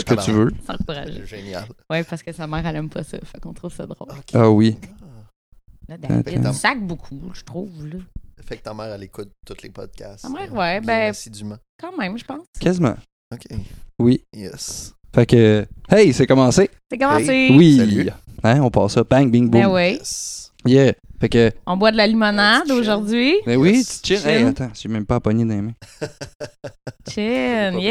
que tu veux. S'encourager. Génial. Oui, parce que sa mère, elle aime pas ça. Fait qu'on trouve ça drôle. Okay. Ah oui. Là, David, il sac beaucoup, je trouve. Là. Fait que ta mère, elle écoute tous les podcasts. Ta mère, ouais, ben. Assidûment. Quand même, je pense. Quasiment. OK. Oui. Yes. Fait que, hey, c'est commencé. C'est commencé. Hey. Oui. Salut. Hein, on passe ça. Bang, bing, boom. Ben oui. Yes. Yeah. Fait que. On boit de la limonade aujourd'hui. Ben oui, Yes. tu chill. Hey, attends, j'ai même pas à pogner dans les mains. Chin, Chill,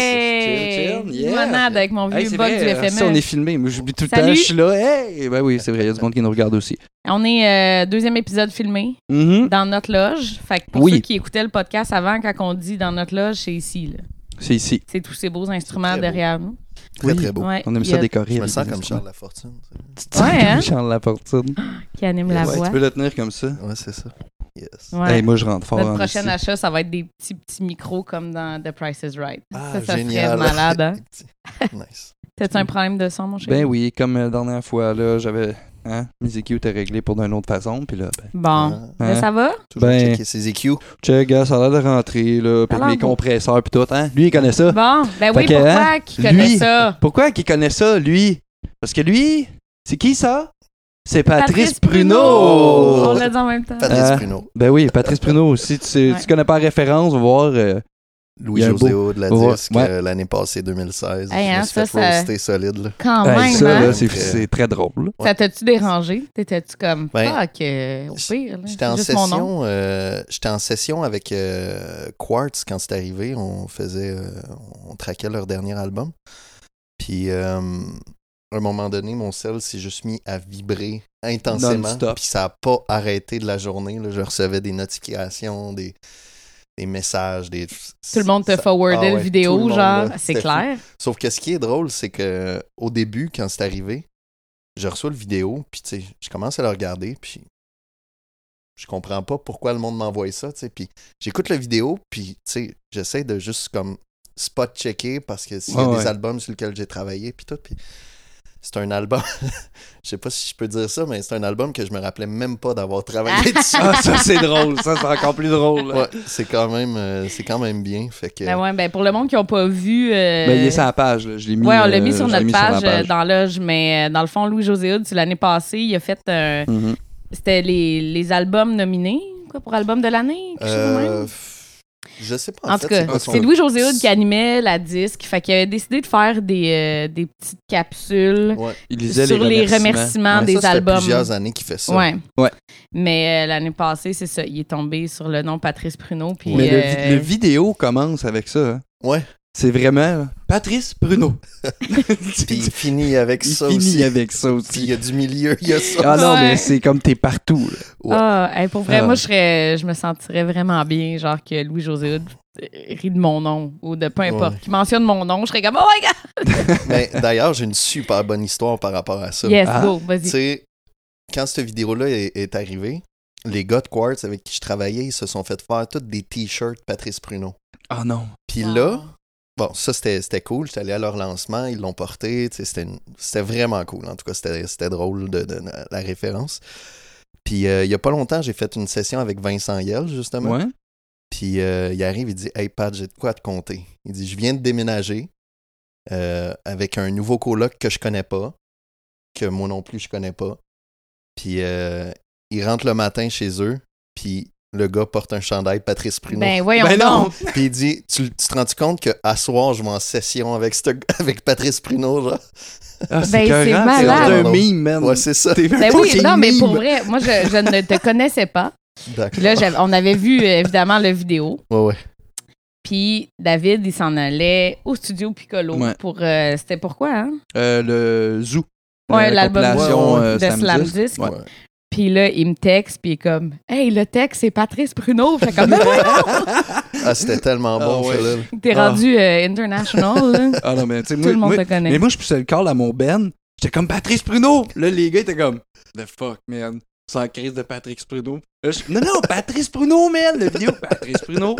yeah! chill, yeah. Limonade avec mon Hey, vieux c'est bug vrai, du FME. ça, on est filmé. Moi, j'oublie tout le temps. Salut. Je suis là. Hey! Ben oui, c'est vrai. Il y a du monde qui nous regarde aussi. On est deuxième épisode filmé Mhm. dans notre loge. Fait que pour Oui. ceux qui écoutaient le podcast avant, quand on dit dans notre loge, c'est ici. Là. C'est ici. C'est tous ces beaux instruments Très beau. derrière nous. Très, Oui. très beau. Ouais, On aime il y ça a- décorer. Je me avec sens des comme instruments. Charles Lafortune. Ouais, hein? Charles Lafortune. Qui anime la Ouais, voix. Tu peux le tenir comme ça. Ouais, c'est ça. Yes. Ouais. Hey, moi, je rentre fort Notre en prochain ici. achat, ça va être des petits micros comme dans The Price is Right. Ah, ça génial. serait malade. Hein? Nice. T'as-tu un problème de son, mon chéri? Ben oui, comme la dernière fois, là, j'avais... Hein, mes EQ étaient réglés pour d'une autre façon, puis là, ben... Bon. Ah, Là, ça va? toujours Ben- checker ses EQ. Check, gars, ça a l'air de rentrer, là, puis Ça a les l'air beau. compresseurs, puis tout, hein? Lui, il connaît ça. Bon. Ben oui, Fait que, pourquoi hein, qu'il connaît lui- ça? Pourquoi qu'il connaît ça, lui? Parce que lui, c'est qui ça? C'est Patrice Pruneau! On l'a dit en même temps. Patrice Pruneau. Ben oui, Patrice Pruneau. Si tu Ouais. connais pas la référence, va voir... Il y a un Louis-José beau- de la Ouais. disque Ouais. l'année passée, 2016. Hey, je hein, me suis ça, fait ça- roaster solide. Là. Quand hey, même, ça, hein? là, Très- c'est très drôle. Ça t'a-tu dérangé? T'étais-tu comme, Ben, fuck, au pire, là, J'étais en, c'est juste mon nom. j'étais en session avec Quartz quand c'est arrivé. On traquait leur dernier album. Puis, à un moment donné, mon cell s'est juste mis à vibrer intensément. Non-stop. Puis, ça n'a pas arrêté de la journée. Là. Je recevais des notifications, des messages. Tout le monde te forwardait Ah le ouais, vidéo, tout le monde, genre, là, c'est c'était clair. Sauf que ce qui est drôle, c'est que au début, quand c'est arrivé, je reçois le vidéo, puis tu sais, je commence à le regarder, puis je comprends pas pourquoi le monde m'envoie ça, tu sais, puis j'écoute la vidéo, puis tu sais, j'essaie de juste comme spot-checker parce que s'il y a Ouais. des albums sur lesquels j'ai travaillé, puis tout, puis c'est un album, je sais pas si je peux dire ça, mais c'est un album que je me rappelais même pas d'avoir travaillé dessus. Ah, ça, c'est drôle. Ça, c'est encore plus drôle. Ouais, c'est quand même bien, fait que... Ben ouais, ben pour le monde qui n'a pas vu... Ben, il est sur la page. Là. Je l'ai mis, Ouais, on l'a mis sur je l'ai notre mis sur la page, dans Loge, mais dans le fond, Louis-José Hood, c'est l'année passée, il a fait... Mhm. C'était les albums nominés, quoi, pour album de l'année, quelque chose de même. Je sais pas. En tout cas, c'est Louis-José Hood qui animait la disque. Fait qu'il avait décidé de faire des petites capsules Ouais. Il lisait sur les remerciements Mais des ça fait albums. plusieurs années qu'il fait ça. Ouais. Ouais. Mais l'année passée, c'est ça. Il est tombé sur le nom Patrice Pruneau. Puis, Mais le vidéo commence avec ça. Hein. Ouais. C'est vraiment Patrice Pruneau. Puis il finit avec Il ça finit aussi. avec ça Puis il aussi. y a du milieu, il y a ça. Ah non, Ouais. mais c'est comme t'es partout. Là. Ouais. Ah, hey, pour vrai, Ah. moi, je me sentirais vraiment bien, genre que Louis-José Hood rit de mon nom ou de peu importe, Ouais. qui mentionne mon nom. Je serais comme, oh my God! Mais d'ailleurs, j'ai une super bonne histoire par rapport à ça. Yes, Ah. go, Tu vas-y. sais, quand cette vidéo-là est arrivée, les gars de Quartz avec qui je travaillais, ils se sont fait faire toutes des t-shirts Patrice Pruneau. Ah non. Puis là, bon, ça c'était cool. J'étais allé à leur lancement, ils l'ont porté. Tu sais, c'était vraiment cool. En tout cas, c'était drôle de la référence. Puis il y a pas longtemps, j'ai fait une session avec Vincent Yel, justement. Ouais. Puis il arrive, il dit « Hey Pat, j'ai de quoi te compter. » Il dit « Je viens de déménager avec un nouveau coloc que je connais pas, que moi non plus je connais pas. » Puis il rentre le matin chez eux, puis le gars porte un chandail Patrice Pruneau. Ben, voyons Ben non. donc. Puis il dit tu te rends compte qu'à soir, je vais en session avec Patrice Pruneau, genre? Ah, Ben, c'est c'est écœurant, malade. c'est un meme, man. Ouais, c'est ça. T'es un Ben oui, fucking non, mais meme. pour vrai, moi, je ne te connaissais pas. D'accord. Puis là, on avait vu, évidemment, le vidéo. Ouais. Puis David, il s'en allait au studio Piccolo Ouais. pour... c'était pourquoi, hein? Le Zoo. Ouais, La l'album compilation, de Slam Disc. Ouais. Ouais. Puis là, il me texte, puis il est comme « Hey, le texte, c'est Patrice Pruneau. » Fait comme « Ben voyons! Ah, c'était tellement bon, Ah ouais. ça, là. T'es Ah. rendu international, là. Ah non, mais tu sais, Tout le monde moi, te connaît. mais moi, je poussais le call à mon Ben. J'étais comme Patrice Pruneau. Là, les gars étaient comme The fuck, man. Sans crise de Patrice Pruneau. Là, non, Patrice Pruneau, man. Le vidéo, Patrice Pruneau.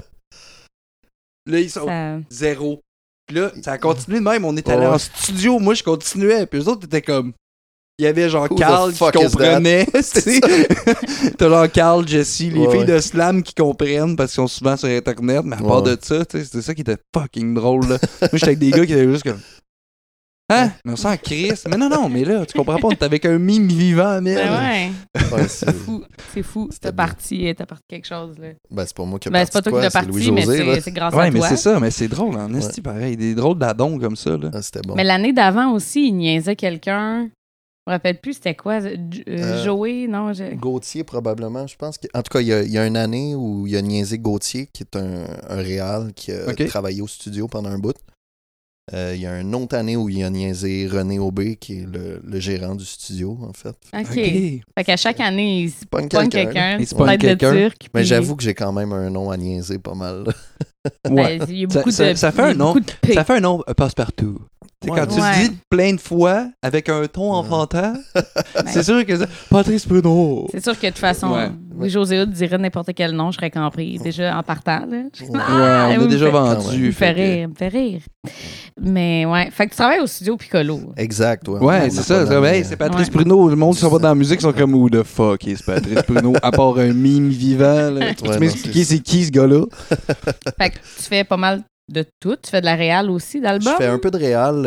Là, ils sont Ça- zéro. Puis là, ça a continué de même. On est allé Ouais. en studio. Moi, je continuais. Puis eux autres étaient comme. Il y avait genre Who the Carl qui fuck is comprenait. tu sais. T'as genre Carl, Jesse, les Ouais, filles ouais. de Slam qui comprennent parce qu'ils sont souvent sur Internet. Mais à part Ouais. de ça, tu sais, c'était ça qui était fucking drôle. Là. Moi, j'étais avec des gars qui étaient juste comme. Hein? Mais on s'en crisse. Mais non, mais là, tu comprends pas, on est avec un mime vivant, merde. Ben ouais. Ouais, C'est fou. C'est fou. C'était T'as parti quelque chose, là. Ben, c'est pas moi qui ai Ben, parti c'est pas toi qui quoi, l'as c'est parti, mais Louis-José, là. c'est grâce Ouais, à mais toi. c'est ça, mais c'est drôle, en esti, pareil. Des drôles d'adons comme ça, là. Ah, c'était bon. Mais l'année d'avant aussi, il niaisait quelqu'un. Je me rappelle plus c'était quoi. Joey, non? Gauthier, probablement, je pense. En tout cas, il y a une année où il y a niaisé Gauthier, qui est un réal qui a travaillé au studio pendant un bout. Il y a une autre année où il a niaisé René Aubé, qui est le gérant du studio, en fait. OK. Fait qu'à chaque année, il se pogne quelqu'un. Il se pogne quelqu'un. Turc, Mais puis- j'avoue que j'ai quand même un nom à niaiser pas mal. Là. Ouais. Ben, il y a beaucoup Ça- de ça fait il y a un nom. beaucoup de P. Ça fait un nom passe-partout. Tu sais, Ouais. quand tu Ouais. le dis plein de fois avec un ton enfantin, Ben, c'est sûr que c'est Patrice Bruno. C'est sûr que de toute façon, Ouais. Louis-José Hood dirait n'importe quel nom, je serais compris. Déjà en partant, là. Ouais. Ouais, Ah, on oui, a déjà fait- vendu. Il me fait que- rire, il me fait rire. Mais ouais, fait que tu travailles au studio Piccolo. Exact, ouais. Ouais, On c'est est ça. pas C'est dans hey, le- c'est Patrice Ouais. Bruno. Le monde qui C'est s'en va ça. dans la musique sont comme, who the fuck is Patrice Bruno? À part un mime vivant. Là. Tu Ouais, peux non, m'expliquer c'est- c'est qui ce gars-là? Fait que tu fais pas mal de tout. Tu fais de la réal aussi, d'album? Je fais un peu de réal.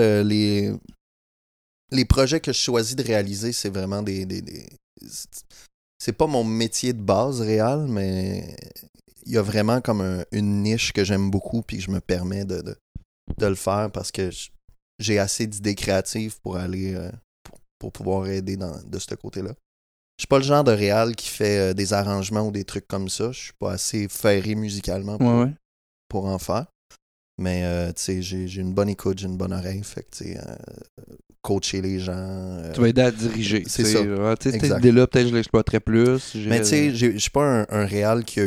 Les projets que je choisis de réaliser, c'est vraiment c'est pas mon métier de base réal, mais il y a vraiment comme une niche que j'aime beaucoup puis que je me permets de le faire parce que j'ai assez d'idées créatives pour aller pour pouvoir aider de ce côté-là. Je suis pas le genre de réal qui fait des arrangements ou des trucs comme ça. Je suis pas assez ferré musicalement Ouais. pour en faire. Mais tu sais, j'ai une bonne écoute, j'ai une bonne oreille. Fait que tu sais, coacher les gens. Tu vas aider à diriger. C'est tu sais. ça. Ouais, tu sais, cette Exact. idée-là, peut-être que je l'exploiterais plus. Mais tu sais, je suis pas un réal qui a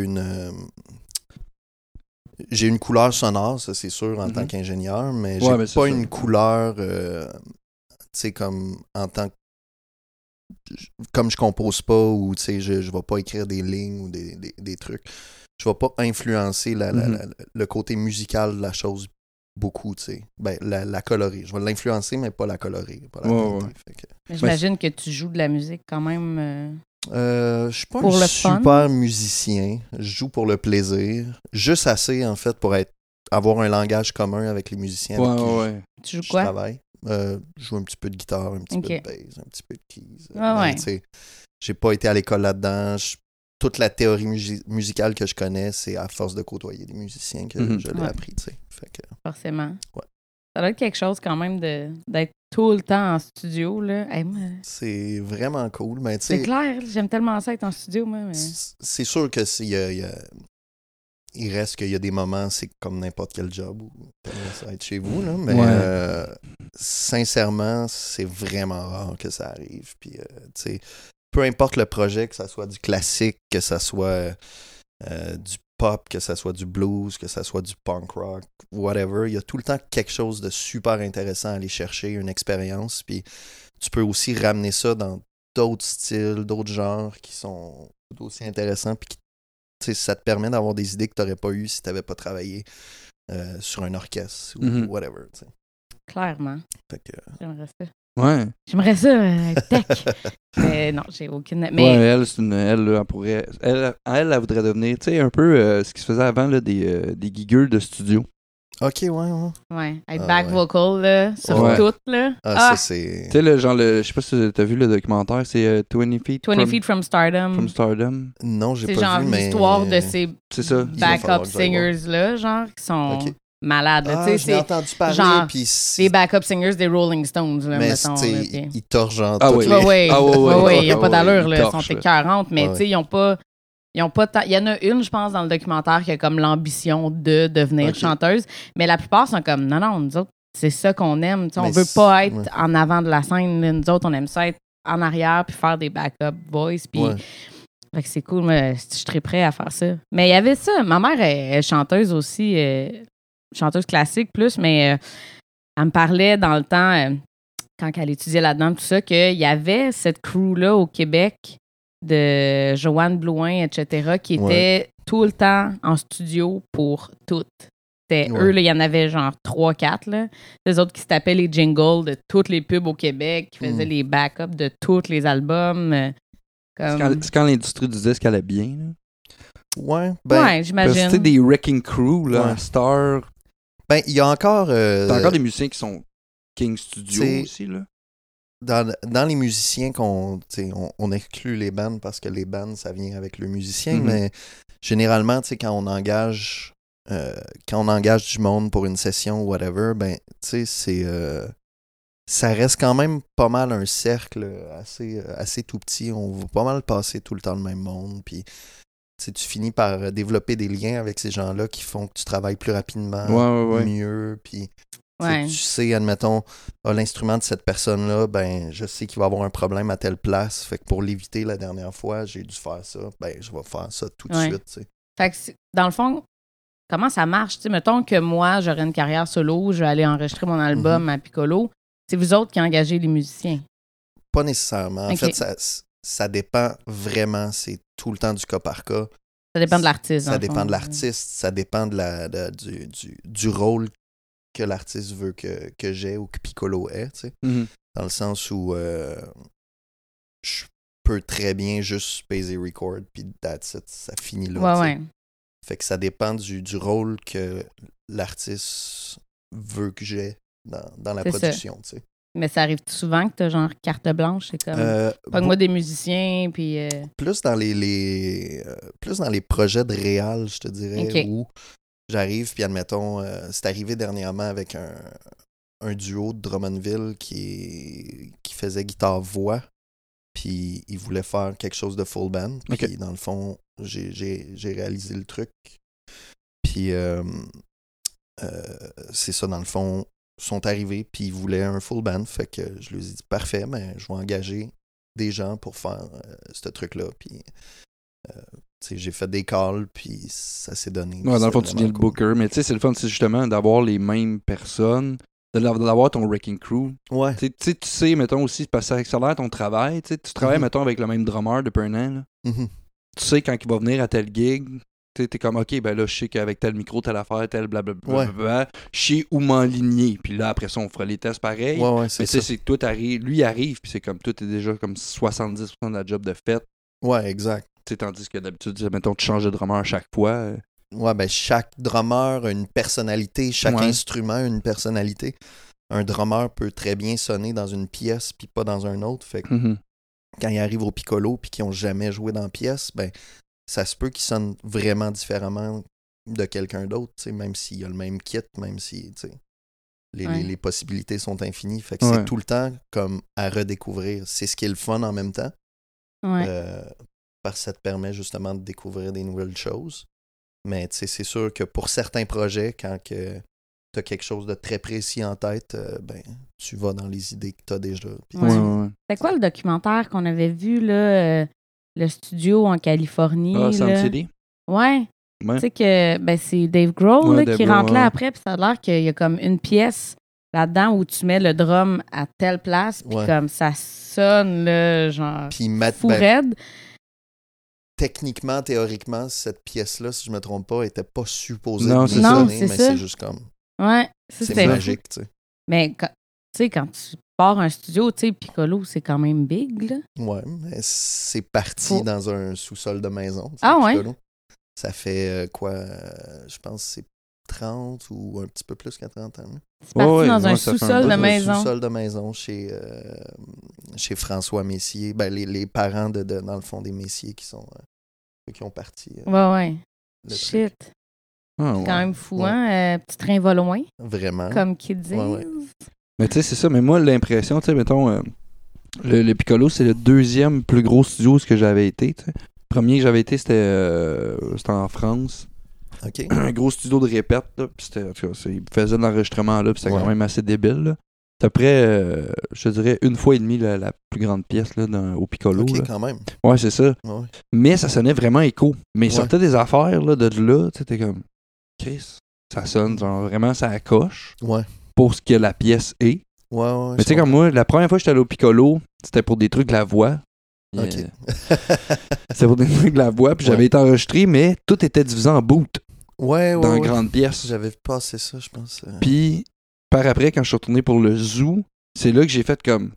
j'ai une couleur sonore, ça c'est sûr, en Mhm. tant qu'ingénieur, mais Ouais, j'ai mais c'est pas ça. une couleur, tu sais, comme en tant que. Comme je compose pas ou tu sais, je vais pas écrire des lignes ou des trucs. Je vais pas influencer le côté musical de la chose beaucoup, tu sais. Ben, la colorer. Je vais l'influencer, mais pas la colorer. Pas la Ouais, teinter. ouais. Fait que- Mais j'imagine que tu joues de la musique quand même. Je suis pas Pour un le fun? super musicien. Je joue pour le plaisir. Juste assez, en fait, pour avoir un langage commun avec les musiciens avec qui Ouais. Tu joues je quoi? travaille. Je joue un petit peu de guitare, un petit Ok. peu de bass, un petit peu de keys. Ouais. tu sais, j'ai pas été à l'école là-dedans. Toute la théorie musicale que je connais, c'est à force de côtoyer des musiciens que Mhm. je l'ai Ouais. appris, tu sais. Fait que, Forcément. Ouais. Ça doit être quelque chose quand même d'être tout le temps en studio. Là. Hey, moi, c'est vraiment cool. Mais tu c'est sais, clair, j'aime tellement ça être en studio. Moi, mais... c'est sûr que il reste qu'il y a des moments, c'est comme n'importe quel job où ça va être chez vous, là, mais Ouais. sincèrement, c'est vraiment rare que ça arrive. Puis, tu sais, peu importe le projet, que ça soit du classique, que ça soit du pop, que ça soit du blues, que ça soit du punk rock, whatever, il y a tout le temps quelque chose de super intéressant à aller chercher, une expérience. Puis, tu peux aussi ramener ça dans d'autres styles, d'autres genres qui sont tout aussi intéressants, puis qui tu sais, ça te permet d'avoir des idées que tu n'aurais pas eues si tu n'avais pas travaillé sur un orchestre ou Mhm. whatever. Tu sais. Clairement. Fait que, J'aimerais ça. Ouais. J'aimerais ça être tech. Mais non, j'ai aucune. Mais Ouais, elle, c'est une. Elle, là, elle pourrait. Elle voudrait devenir, tu sais, un peu ce qui se faisait avant, là, des giggers de studio. ok, ouais. ouais, être Ah, back ouais. vocal là, sur Ouais. tout. Là. Ça, c'est. Tu sais, le genre, je sais pas si t'as vu le documentaire, c'est 20 Feet 20 from, Feet from Stardom. from Stardom. Non, j'ai C'est pas genre vu, mais. l'histoire de ces C'est ça. Il va falloir backup que j'aille voir. singers là, genre, qui sont Ok. malades. là. Ah, Tu sais, je l'ai c'est entendu parler, genre puis les backup singers des Rolling Stones, là, mais mettons. tu sais, là, puis- ils torchent genre Ah toutes oui. les... Ouais, Ah ouais, ouais, ils n'ont ouais, pas d'allure, ouais, là. ils Ils sont torchent, là. écœurantes, mais Ouais. tu sais, ils n'ont pas. Il y en a une, je pense, dans le documentaire qui a comme l'ambition de devenir Ok. chanteuse, mais la plupart sont comme non, nous autres, c'est ça qu'on aime. Tu sais, on Mais veut pas c'est- être ouais. en avant de la scène. Là. Nous autres, on aime ça être en arrière puis faire des backup voice. Puis Ouais. fait que c'est cool, mais je serais prêt à faire ça. Mais il y avait ça. Ma mère est chanteuse aussi, chanteuse classique plus, mais elle me parlait dans le temps, quand elle étudiait là-dedans, tout ça, qu'il y avait cette crew-là au Québec de Joanne Blouin, etc., qui était tout le temps en studio pour toutes. C'était Ouais. eux, là, il y en avait genre 3-4. Là. Les autres qui se tapaient les jingles de toutes les pubs au Québec, qui faisaient les backups de tous les albums. C'est quand l'industrie du disque allait bien. Là. Ouais, ouais, Parce que, j'imagine. tu sais, des Wrecking Crew, là, Ouais. à Star. ben, il y a encore... T'as encore des musiciens qui sont King Studio T'sais, aussi, là. Dans les musiciens on exclut les bands parce que les bands, ça vient avec le musicien, Mhm. mais généralement, quand on engage du monde pour une session ou whatever, ben, ça reste quand même pas mal un cercle assez tout petit. On va pas mal passer tout le temps le même monde, puis tu finis par développer des liens avec ces gens-là qui font que tu travailles plus rapidement, Ouais. mieux, puis Ouais. tu sais, admettons, l'instrument de cette personne-là, ben, je sais qu'il va avoir un problème à telle place. Fait que pour l'éviter la dernière fois, j'ai dû faire ça. Ben, je vais faire ça tout de Ouais. suite, tu sais. Fait que, dans le fond, comment ça marche? Tu sais, mettons que moi, j'aurais une carrière solo, je vais aller enregistrer mon album à Piccolo. C'est vous autres qui engagez les musiciens. Pas nécessairement. En Ok. fait, ça dépend vraiment. C'est tout le temps du cas par cas. Ça dépend de l'artiste. dans Ça le dépend fond. de l'artiste. Ça dépend du rôle que l'artiste veut que j'ai ou que Piccolo ait, tu sais. Mhm. Dans le sens où je peux très bien juste baiser record, puis that's it, ça finit là. Ouais, tu sais. ouais. Fait que ça dépend du rôle que l'artiste veut que j'ai dans la C'est ça. production, tu sais. Mais ça arrive souvent que t'as genre carte blanche, c'est comme... Pogne-moi des musiciens, puis... plus dans plus dans les projets de réal, je te dirais, Ok. où j'arrive, puis admettons, c'est arrivé dernièrement avec un duo de Drummondville qui faisait guitare-voix, puis il voulait faire quelque chose de full band, puis Ok. dans le fond, j'ai réalisé le truc, puis c'est ça, dans le fond, sont arrivés, puis ils voulaient un full band, fait que je leur ai dit, parfait, mais je vais engager des gens pour faire ce truc-là, puis j'ai fait des calls, puis ça s'est donné. Ouais, dans le fond, C'est tu deviens le vraiment cool. booker. Mais tu sais, c'est le fun, c'est justement d'avoir les mêmes personnes, d'avoir ton wrecking crew. Ouais, Tu sais, mettons aussi, parce que ça accélère ton travail. Tu travailles, Mhm. mettons, avec le même drummer depuis un an. Là. mhm. Tu sais, quand il va venir à tel gig, t'es comme, OK, ben là, je sais qu'avec tel micro, telle affaire, tel blablabla, je sais où m'enligner. Puis là, après ça, on fera les tests pareils. Ouais, Mais c'est tu sais, ça. c'est que toi, lui, il arrive, puis c'est comme, tout est déjà comme 70% de la job de fait. Ouais, exact. Tu sais, tandis que d'habitude, mettons, tu changes de drummer à chaque fois. Ouais, ben chaque drummer a une personnalité, chaque Ouais. instrument a une personnalité. Un drummer peut très bien sonner dans une pièce puis pas dans un autre. Fait que Mhm. quand ils arrivent au piccolo puis qu'ils ont jamais joué dans la pièce, ben ça se peut qu'ils sonnent vraiment différemment de quelqu'un d'autre, tu sais, même s'il y a le même kit, même si tu sais, Ouais. les possibilités sont infinies. Fait que Ouais. c'est tout le temps comme à redécouvrir. C'est ce qui est le fun en même temps. Ouais. Parce que ça te permet justement de découvrir des nouvelles choses. Mais tu sais, c'est sûr que pour certains projets, quand tu as quelque chose de très précis en tête, ben tu vas dans les idées que tu as déjà. Puis, Ouais. Ouais. C'est quoi le documentaire qu'on avait vu, là, le studio en Californie? Ah, Sound là? City? Ouais. Ouais. Tu sais que ben, c'est Dave Grohl Ouais, là, Dave qui Grohl, rentre là ouais. après, puis ça a l'air qu'il y a comme une pièce là-dedans où tu mets le drum à telle place, puis Ouais. comme ça sonne, là, genre puis fou ben, raide. techniquement, théoriquement, cette pièce-là, si je me trompe pas, était pas supposée Non, bien c'est ça. sonner, Non, c'est mais ça. c'est juste comme Ouais, ça, c'est c'était fou. magique, tu sais. Mais tu sais, quand tu pars un studio, tu sais, Piccolo, c'est quand même big, là. Ouais, mais c'est parti Faut- dans un sous-sol de maison. tu sais, Ah ouais? Piccolo. Ça fait je pense que c'est 30 ou un petit peu plus qu'à 30 ans. là. C'est parti Ouais, dans un ouais, ça fait un sous-sol bout de de maison. Sous-sol de maison chez François Messier. Ben, les parents dans le fond des Messier qui sont ceux qui ont parti. Ouais, ouais. le truc. Shit. Ah, C'est ouais. quand même fou, Ouais. hein? Petit train va loin, Vraiment. comme qu'ils disent. Ouais. Mais tu sais, c'est ça. Mais moi, l'impression, tu sais, mettons, le Piccolo, c'est le deuxième plus gros studio où ce que j'avais été. Tu sais. Le premier que j'avais été, c'était en France. OK. Un gros studio de répète. Là, puis c'était, en tout cas, ils faisaient de l'enregistrement là, puis c'était Ouais. quand même assez débile. Là. C'est à peu près, je te dirais, une fois et demie la plus grande pièce là, au Piccolo. OK, là. quand même. Ouais, c'est ça. Ouais. Mais ça sonnait vraiment écho. Mais il Ouais. sortait des affaires là, de là, tu sais, t'es comme, Chris, ça sonne, genre, vraiment, ça accroche Ouais. pour ce que la pièce est. Ouais. Mais tu sais, comme moi, la première fois que j'étais allé au Piccolo, c'était pour des trucs de la voix. OK. C'était pour des trucs de la voix, puis Ouais. j'avais été enregistré, mais tout était divisé en bouts ouais, dans une ouais. grande pièce. J'avais passé ça, je pense. Puis, par après, quand je suis retourné pour le zoo, c'est là que j'ai fait comme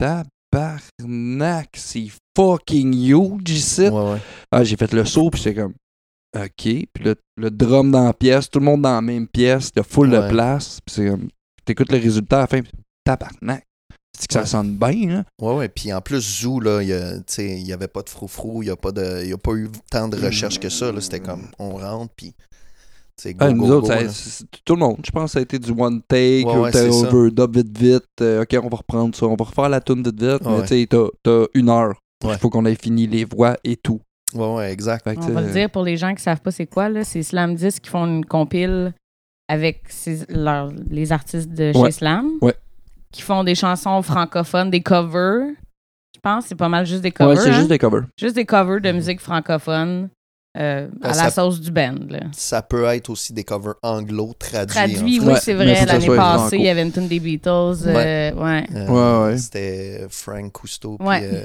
tabarnak, c'est fucking huge ici. Ouais. Ah, j'ai fait le saut, puis c'est comme OK. Puis le drum dans la pièce, tout le monde dans la même pièce, il y a full de Ouais. place, puis c'est comme t'écoutes le résultat à la fin, puis tabarnak. C'est que ça sonne bien, là. Ouais, puis en plus, Zoo, là, il y avait pas de froufrou, il y a pas eu tant de recherche que ça, là. C'était comme, on rentre, puis, Nous autres, tout le monde, je pense que ça a été du one take, t'as overdub vite, ok, on va reprendre ça, on va refaire la tune vite, mais tu sais, t'as 1 heure. Il faut qu'on ait fini les voix et tout. Ouais, exact. On va le dire pour les gens qui savent pas c'est quoi, là, c'est Slam 10 qui font une compile avec les artistes de chez Slam. Ouais. Qui font des chansons francophones, des covers. Je pense que c'est pas mal juste des covers. Ouais, c'est juste des covers. Juste des covers de musique francophone à la sauce du band. Là. Ça peut être aussi des covers anglo traduits. Traduits, oui, c'est vrai. L'année passée, il y avait une tune des Beatles. Ouais. C'était Frank Cousteau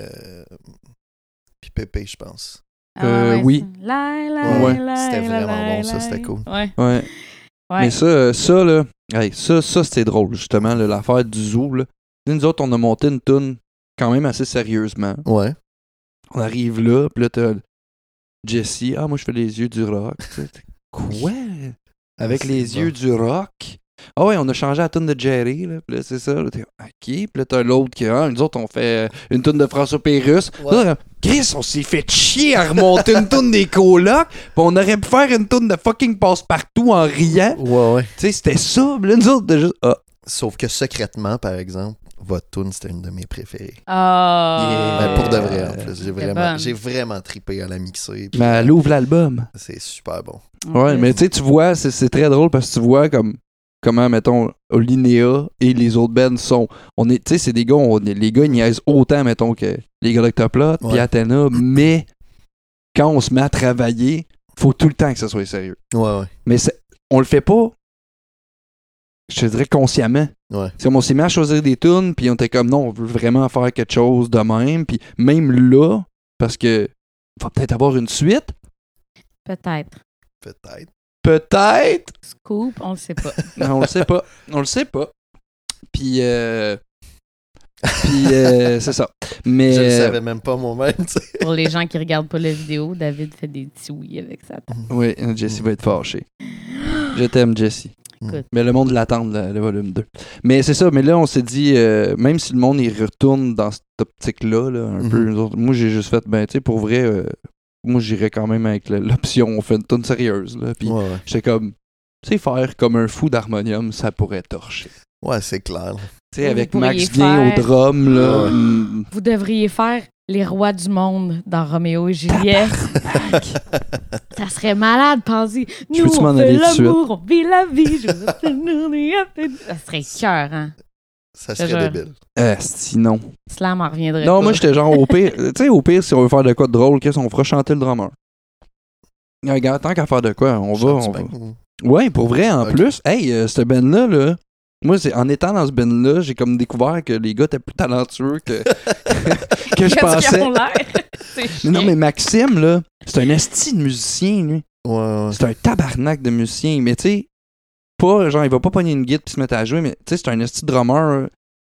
puis Pépé, je pense. Oui. C'était vraiment bon, ça, c'était cool. Ouais. Mais ça là, ça c'était drôle, justement, là, l'affaire du Zoo, là. Nous autres, on a monté une toune quand même assez sérieusement. Ouais. On arrive là, puis là, t'as Jesse, moi, je fais les yeux du rock. Quoi? Avec les yeux du rock? Ah ouais, on a changé la toune de Jerry, là, puis là, c'est ça, là, t'es OK, puis là, t'as l'autre qui, nous autres, on fait une toune de François Pérusse. Ouais. Là, Chris, on s'est fait chier à remonter une toune des colocs, puis on aurait pu faire une toune de fucking passe-partout en riant. Ouais. Tu sais, c'était ça, puis là, nous autres, juste, Sauf que secrètement, par exemple, votre toune, c'était une de mes préférées. Yeah. Pour de vrai, en plus. J'ai vraiment trippé à la mixer. Mais elle ouvre l'album. C'est super bon. Ouais, mais tu sais, tu vois, c'est très drôle parce que tu vois comment, mettons, Linéa et les autres bands sont. Tu sais, c'est des gars, les gars, ils niaisent autant, mettons, que les gars d'Octoplot puis Athena, mais quand on se met à travailler, faut tout le temps que ça soit sérieux. Ouais. Mais on le fait pas, je te dirais, consciemment. Ouais. C'est comme on s'est mis à choisir des tunes, puis on était comme, non, on veut vraiment faire quelque chose de même, puis même là, parce que va peut-être avoir une suite. Peut-être. Scoop, on le sait pas. Non, on le sait pas. Puis c'est ça. Mais je le savais même pas moi-même, tu sais. Pour les gens qui regardent pas la vidéo, David fait des petits oui avec ça. Oui, Jessie va être fâchée. Je t'aime, Jessie. Good. Mais le monde l'attend, le volume 2. Mais c'est ça, mais là, on s'est dit, même si le monde, il retourne dans cette optique-là, là, un peu, moi, j'ai juste fait, tu sais, pour vrai, moi, j'irais quand même avec l'option, on fait une tonne sérieuse, là. Puis j'étais comme, tu sais, faire comme un fou d'harmonium, ça pourrait torcher. Ouais, c'est clair. Tu sais, avec Max Vien au drum, là. Vous devriez faire les rois du monde dans Roméo et Juliette. Ça serait malade, pensez. Nous, on fait l'amour, on vit la vie. Ça serait cœur, hein? Ça serait débile. Sinon. Slam en reviendrait non, pas. Moi, j'étais genre au pire. Tu sais, au pire, si on veut faire de quoi de drôle, qu'est-ce qu'on fera chanter le drummer? Regarde, tant qu'à faire de quoi, on va. Ouais, pour vrai, en plus. Hey, cette band-là, là. Moi, en étant dans ce band-là, j'ai comme découvert que les gars étaient plus talentueux que je pensais. Qu'ils ont l'air? Non, mais Maxime, là, c'est un esti de musicien, lui. Ouais. C'est un tabarnak de musicien. Mais tu sais, pas, genre, il va pas pogner une guitare puis se mettre à jouer, mais tu sais, c'est un esti de drummer.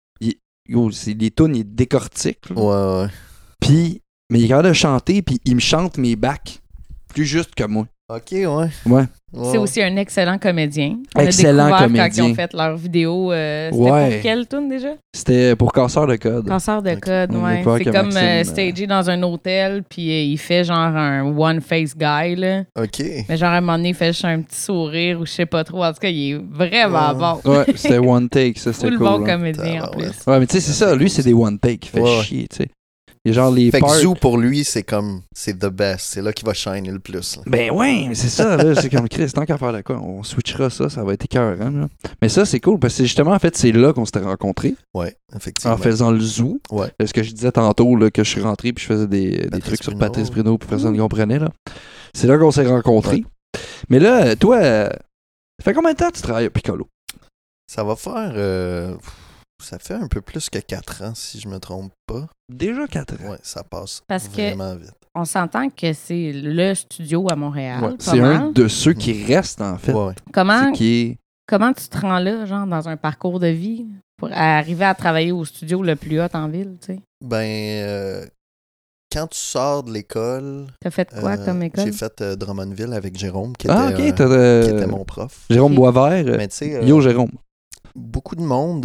Les tunes, il décortique. Ouais. Puis, mais il est capable de chanter, puis il me chante mes bacs plus juste que moi. OK, ouais. C'est aussi un excellent comédien. Excellent comédien. Quand ils ont fait leur vidéo, c'était pour quelle tune déjà? C'était pour Casseur de code. Casseur de code, ouais. C'est comme stagé dans un hôtel, puis il fait genre un one-face guy, là. OK. Mais genre à un moment donné, il fait juste un petit sourire ou je sais pas trop. En tout cas, il est vraiment bon. Ouais, c'était one take, ça, c'était cool. Bon comédien, en plus. Ouais, mais tu sais, c'est ça. Lui, c'est des one take. Il fait chier, tu sais. Et genre les fait que Zoo, pour lui, c'est the best. C'est là qu'il va shiner le plus. Là. Ben ouais, mais c'est ça. Là, c'est comme Chris, tant qu'à faire de quoi, on switchera ça va être écœurant. Là. Mais ça, c'est cool parce que justement, en fait, c'est là qu'on s'était rencontrés. Ouais, effectivement. En faisant le Zoo. Ouais. Ce que je disais tantôt, là, que je suis rentré puis je faisais des trucs sur Patrice Bruno pour personne ne comprenait. Là. C'est là qu'on s'est rencontrés. Ouais. Mais là, toi, ça fait combien de temps que tu travailles à Piccolo? Ça va faire... Ça fait un peu plus que 4 ans, si je me trompe pas. Déjà 4 ans? Ouais, ça passe parce vraiment vite. On s'entend que c'est le studio à Montréal. Ouais, c'est un de ceux qui restent, en fait. Ouais. Comment tu te rends là, genre, dans un parcours de vie, pour arriver à travailler au studio le plus haut en ville, tu sais? Ben, quand tu sors de l'école... T'as fait quoi comme école? J'ai fait Drummondville avec Jérôme, qui qui était mon prof. Jérôme Boisvert. Mais tu sais... Yo, Jérôme. beaucoup de monde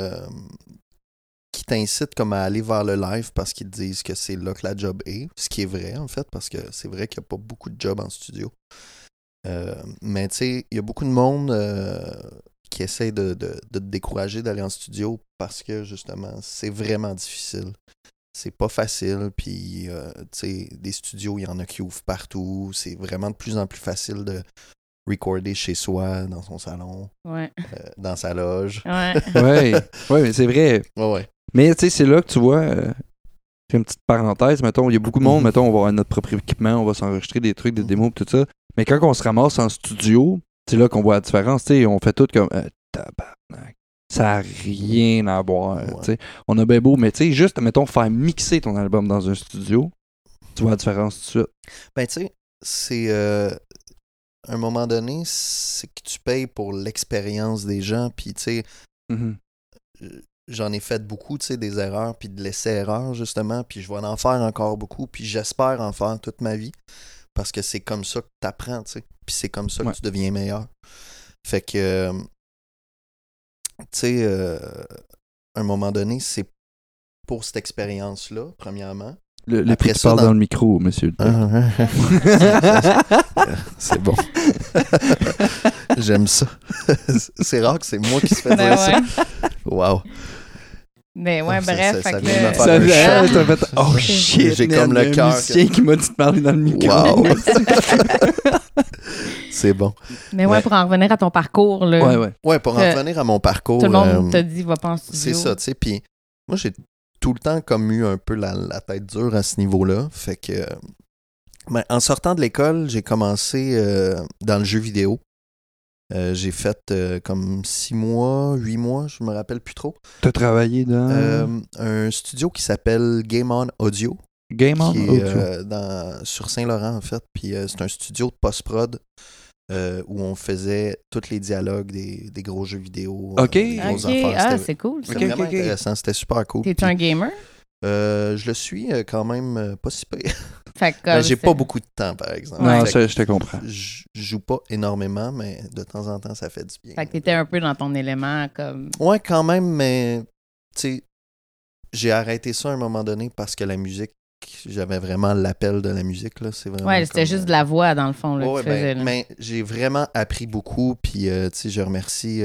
qui t'incitent comme à aller vers le live parce qu'ils te disent que c'est là que la job est, ce qui est vrai en fait, parce que c'est vrai qu'il n'y a pas beaucoup de jobs en studio. Mais tu sais, il y a beaucoup de monde qui essaie de te décourager d'aller en studio parce que justement, c'est vraiment difficile. C'est pas facile, puis tu sais, des studios, il y en a qui ouvrent partout. C'est vraiment de plus en plus facile de recorder chez soi, dans son salon, dans sa loge. Ouais, mais c'est vrai. Ouais. Mais tu sais, c'est là que tu vois, c'est une petite parenthèse, mettons, il y a beaucoup de monde, mettons, on va avoir notre propre équipement, on va s'enregistrer des trucs, des démos, tout ça. Mais quand on se ramasse en studio, c'est là qu'on voit la différence, tu sais, on fait tout comme, tabarnak. Ça n'a rien à voir. Ouais. On a bien beau, mais tu sais, juste, mettons, faire mixer ton album dans un studio, tu vois la différence tout de suite. Ben, tu sais, c'est. À un moment donné, c'est que tu payes pour l'expérience des gens, puis tu sais, j'en ai fait beaucoup, tu sais, des erreurs, puis de l'essai-erreur, justement, puis je vais en faire encore beaucoup, puis j'espère en faire toute ma vie, parce que c'est comme ça que tu apprends, tu sais, puis c'est comme ça que tu deviens meilleur. Fait que. Tu sais, à un moment donné, c'est pour cette expérience-là, premièrement. Le prix parle dans le micro, monsieur. C'est bon. J'aime ça. C'est rare que c'est moi qui se fais dire ça. Wow. Mais ouais, bref. Ça vient de me faire oh shit, j'ai comme le cœur. musicien qui m'a dit de parler dans le micro. Wow. C'est bon. Mais ouais, pour en revenir à ton parcours, là. Ouais, pour en revenir à mon parcours. Tout le monde t'a dit, va pas en studio. C'est ça, tu sais. Puis moi, j'ai tout le temps comme eu un peu la tête dure à ce niveau-là. Fait que. Ben, en sortant de l'école, j'ai commencé dans le jeu vidéo. J'ai fait comme 6 mois, 8 mois, je me rappelle plus trop. T'as travaillé dans un studio qui s'appelle Game On Audio. Game On Audio. Sur Saint-Laurent, en fait. Puis c'est un studio de post-prod où on faisait tous les dialogues des gros jeux vidéo. OK. Grosses affaires. Ah, c'est cool. C'était vraiment intéressant. C'était super cool. T'es un gamer? Je le suis quand même pas si pire. J'ai pas beaucoup de temps, par exemple. Non, ça, je te comprends. Je joue pas énormément, mais de temps en temps, ça fait du bien. Fait que t'étais un peu dans ton élément, comme... Ouais, quand même, mais tu sais, j'ai arrêté ça à un moment donné parce que la musique, j'avais vraiment l'appel de la musique, là. C'est vraiment c'était juste de la voix, dans le fond, là, que tu faisais. Mais j'ai vraiment appris beaucoup, puis tu sais, je remercie